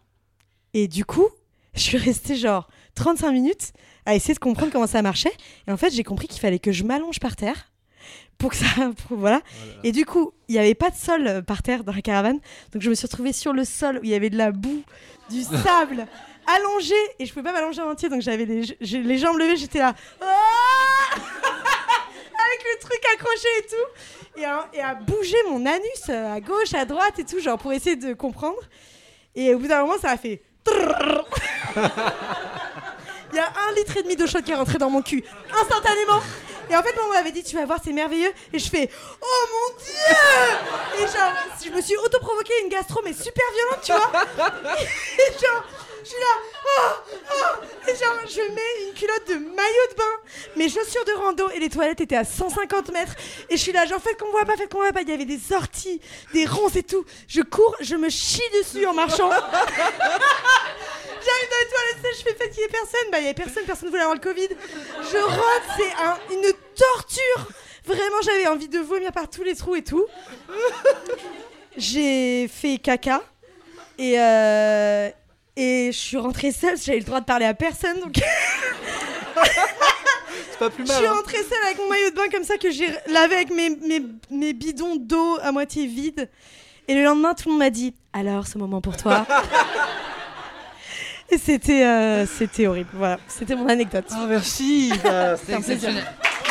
Et du coup, je suis restée genre 35 minutes à essayer de comprendre comment ça marchait. Et en fait, j'ai compris qu'il fallait que je m'allonge par terre. Voilà. Et du coup, il n'y avait pas de sol par terre dans la caravane. Donc je me suis retrouvée sur le sol où il y avait de la boue, du sable, allongée. Et je ne pouvais pas m'allonger en entier. Donc j'avais les jambes levées. J'étais là. Avec le truc accroché et tout. Et à bouger mon anus à gauche, à droite et tout. Genre pour essayer de comprendre. Et au bout d'un moment, ça a fait. Il y a 1,5 litre d'eau chaude qui est rentré dans mon cul instantanément. Et en fait, maman m'avait dit, tu vas voir, c'est merveilleux. Et je fais, oh mon Dieu! Et genre, je me suis auto-provoqué une gastro, mais super violente, tu vois. Et genre, je suis là, et genre, je mets une culotte de maillot de bain, mes chaussures de rando, et les toilettes étaient à 150 mètres. Et je suis là, genre, faites qu'on voit pas. Il y avait des orties, des ronces et tout. Je cours, je me chie dessus en marchant. J'arrive dans les toilettes, je fais faites qu'il y ait personne. Bah, il y avait personne voulait avoir le Covid. Je rentre, c'est une torture. Vraiment, j'avais envie de vomir par tous les trous et tout. J'ai fait caca. Et je suis rentrée seule, j'avais le droit de parler à personne. Donc C'est pas plus je mal. suis rentrée seule avec mon maillot de bain comme ça que j'ai lavé avec mes bidons d'eau à moitié vides. Et le lendemain, tout le monde m'a dit « Alors, ce moment pour toi ?» Et c'était horrible. Voilà, c'était mon anecdote. Ah merci. C'est exceptionnel.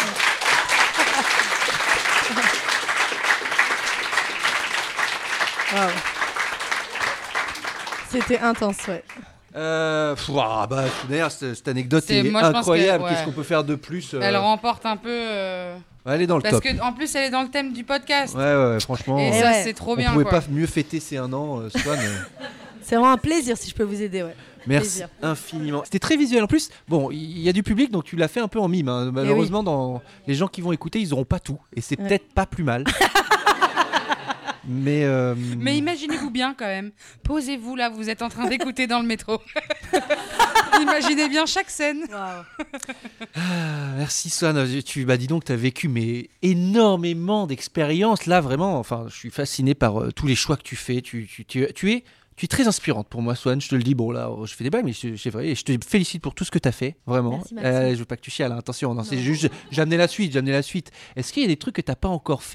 Wow. C'était intense, ouais. D'ailleurs, cette anecdote C'est- est moi, je pense incroyable. que, ouais. Qu'est-ce qu'on peut faire de plus Elle remporte un peu. Elle est dans le Parce top. que en plus, elle est dans le thème du podcast. Ouais, franchement. Et Et ça, ouais. c'est trop On bien. pouvait quoi. pas mieux fêter ces 1 an, Swan. C'est vraiment un plaisir si je peux vous aider, ouais. Merci Plaisir. infiniment. C'était très visuel en plus. Bon, il y a du public, donc tu l'as fait un peu en mime. Hein. Malheureusement, dans les gens qui vont écouter, ils auront pas tout, et c'est Ouais. peut-être pas plus mal. Mais imaginez-vous bien quand même. Posez-vous là, vous êtes en train d'écouter dans le métro. Imaginez bien chaque scène. merci Swan. Dis donc, tu as vécu énormément d'expériences. Là, vraiment, enfin, je suis fasciné par tous les choix que tu fais. Tu es très inspirante pour moi, Swan. Je te le dis. Bon, là, je fais des blagues, mais c'est vrai. Et je te félicite pour tout ce que tu as fait, vraiment. Merci. Je veux pas que tu chiales, attention. Non, c'est juste, j'ai amené la suite. Est-ce qu'il y a des trucs que tu n'as pas encore fait,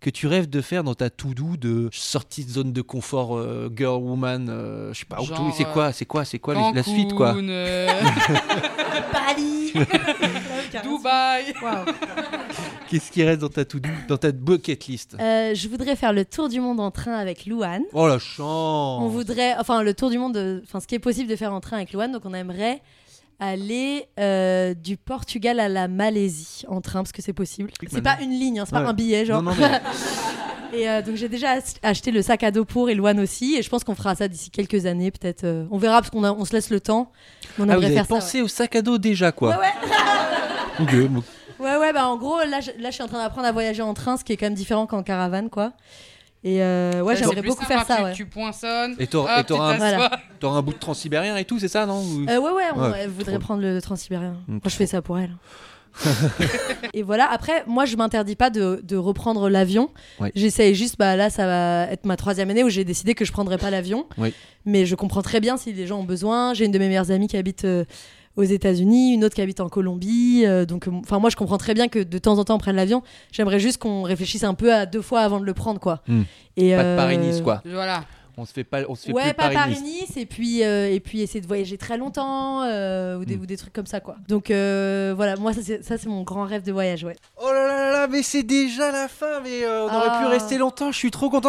que tu rêves de faire dans ta to-do de sortie de zone de confort, girl, woman, je sais pas, Genre, c'est quoi la suite, quoi. Cancun, Bali. Dubaï. Waouh. Qu'est-ce qui reste dans ta to-do, dans ta bucket list? Je voudrais faire le tour du monde en train avec Louane. Oh la chance. On voudrait, enfin le tour du monde, enfin ce qui est possible de faire en train avec Louane, donc on aimerait aller du Portugal à la Malaisie en train parce que c'est possible. C'est pas une ligne, hein, c'est pas un billet genre. Non, mais... Et donc j'ai déjà acheté le sac à dos pour et Louane aussi, et je pense qu'on fera ça d'ici quelques années peut-être. On verra parce qu'on se laisse le temps. Mais on vous aimerait avez faire pensé ça, au sac à dos déjà, quoi. Ouais. Ouais, bah en gros là je suis en train d'apprendre à voyager en train, ce qui est quand même différent qu'en caravane, quoi. Et ouais, j'aimerais beaucoup faire ça. Tu poinçonnes. Et t'auras Voilà. un bout de transsibérien et tout, c'est ça, non? Elle voudrait prendre le transsibérien. Moi, je fais ça pour elle. Et voilà, après, moi, je m'interdis pas de reprendre l'avion. Ouais. J'essaye juste, là, ça va être ma 3e année où j'ai décidé que je prendrais pas l'avion. Oui. Mais je comprends très bien si les gens ont besoin. J'ai une de mes meilleures amies qui habite aux États-Unis, une autre qui habite en Colombie. Donc, moi, je comprends très bien que de temps en temps, on prenne l'avion. J'aimerais juste qu'on réfléchisse un peu à 2 fois avant de le prendre, quoi. Et, Pas de Paris-Nice, quoi. Voilà. On se fait plus pas Paris-Nice. Paris-Nice et puis essayer de voyager très longtemps ou des trucs comme ça, quoi. Donc voilà, moi ça c'est mon grand rêve de voyage, ouais. Oh là là là, mais c'est déjà la fin, mais on aurait pu rester longtemps. Je suis trop content.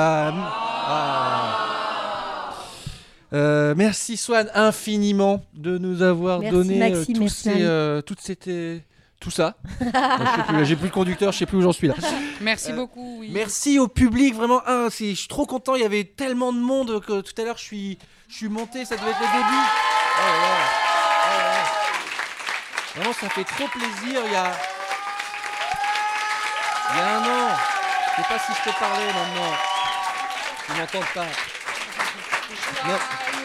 Merci Swan infiniment de nous avoir donné tout ça. J'ai plus le conducteur, je sais plus où j'en suis là. Merci beaucoup. Oui. Merci au public, vraiment. Je suis trop content. Il y avait tellement de monde que tout à l'heure je suis monté. Ça devait être le début. Oh là là. Oh là là. Vraiment, ça fait trop plaisir. Il y a un an. Je sais pas si je peux parler maintenant. Ils m'entendent pas. Non.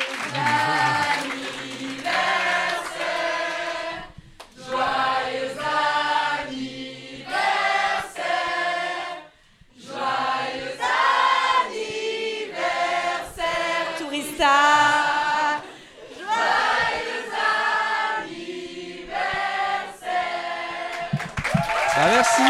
Merci.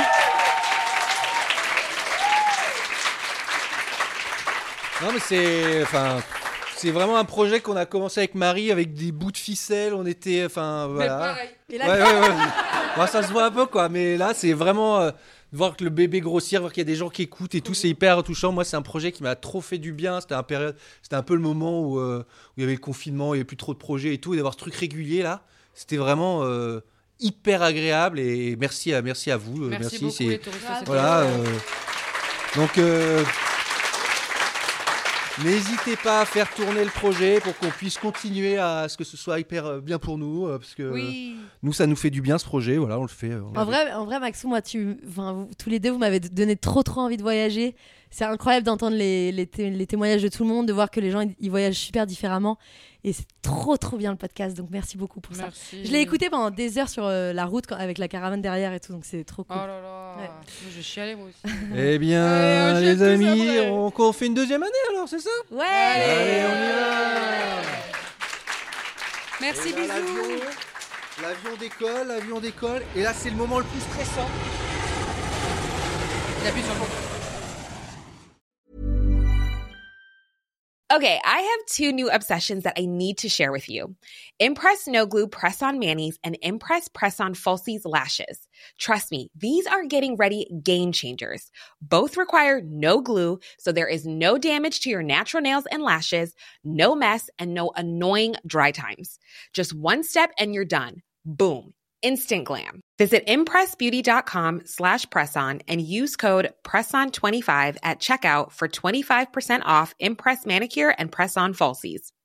Non mais c'est vraiment un projet qu'on a commencé avec Marie avec des bouts de ficelle. On était, voilà. Mais pareil. Ouais. Ça se voit un peu, quoi. Mais là, c'est vraiment voir que le bébé grossir, voir qu'il y a des gens qui écoutent et tout, c'est hyper touchant. Moi, c'est un projet qui m'a trop fait du bien. C'était un peu le moment où il y avait le confinement, il n'y avait plus trop de projets et tout, et d'avoir ce truc régulier là, c'était vraiment hyper agréable. Et merci à vous. Merci beaucoup, les touristes. Voilà. Donc n'hésitez pas à faire tourner le projet pour qu'on puisse continuer à ce que ce soit hyper bien pour nous, parce que nous, ça nous fait du bien ce projet. Voilà, on le fait. En vrai, Maxou, moi, tous les deux, vous m'avez donné trop envie de voyager. C'est incroyable d'entendre les témoignages de tout le monde, de voir que les gens ils voyagent super différemment. Et c'est trop bien le podcast, donc merci beaucoup pour ça. Je l'ai écouté pendant des heures sur la route avec la caravane derrière et tout, donc c'est trop cool. Oh là là, ouais. Je vais chialer moi aussi. Eh bien, les amis, on fait une 2e année alors, c'est ça? Ouais. Allez, on y va. Merci, bisous. L'avion décolle, et là c'est le moment le plus stressant. Il appuie sur le bouton. Okay, I have 2 new obsessions that I need to share with you. Impress No Glue Press-On Manis and Impress Press-On Falsies Lashes. Trust me, these are getting ready game changers. Both require no glue, so there is no damage to your natural nails and lashes, no mess, and no annoying dry times. Just one step and you're done. Boom. Instant glam. Visit impressbeauty.com/presson and use code PRESSON25 at checkout for 25% off Impress Manicure and Press-On Falsies.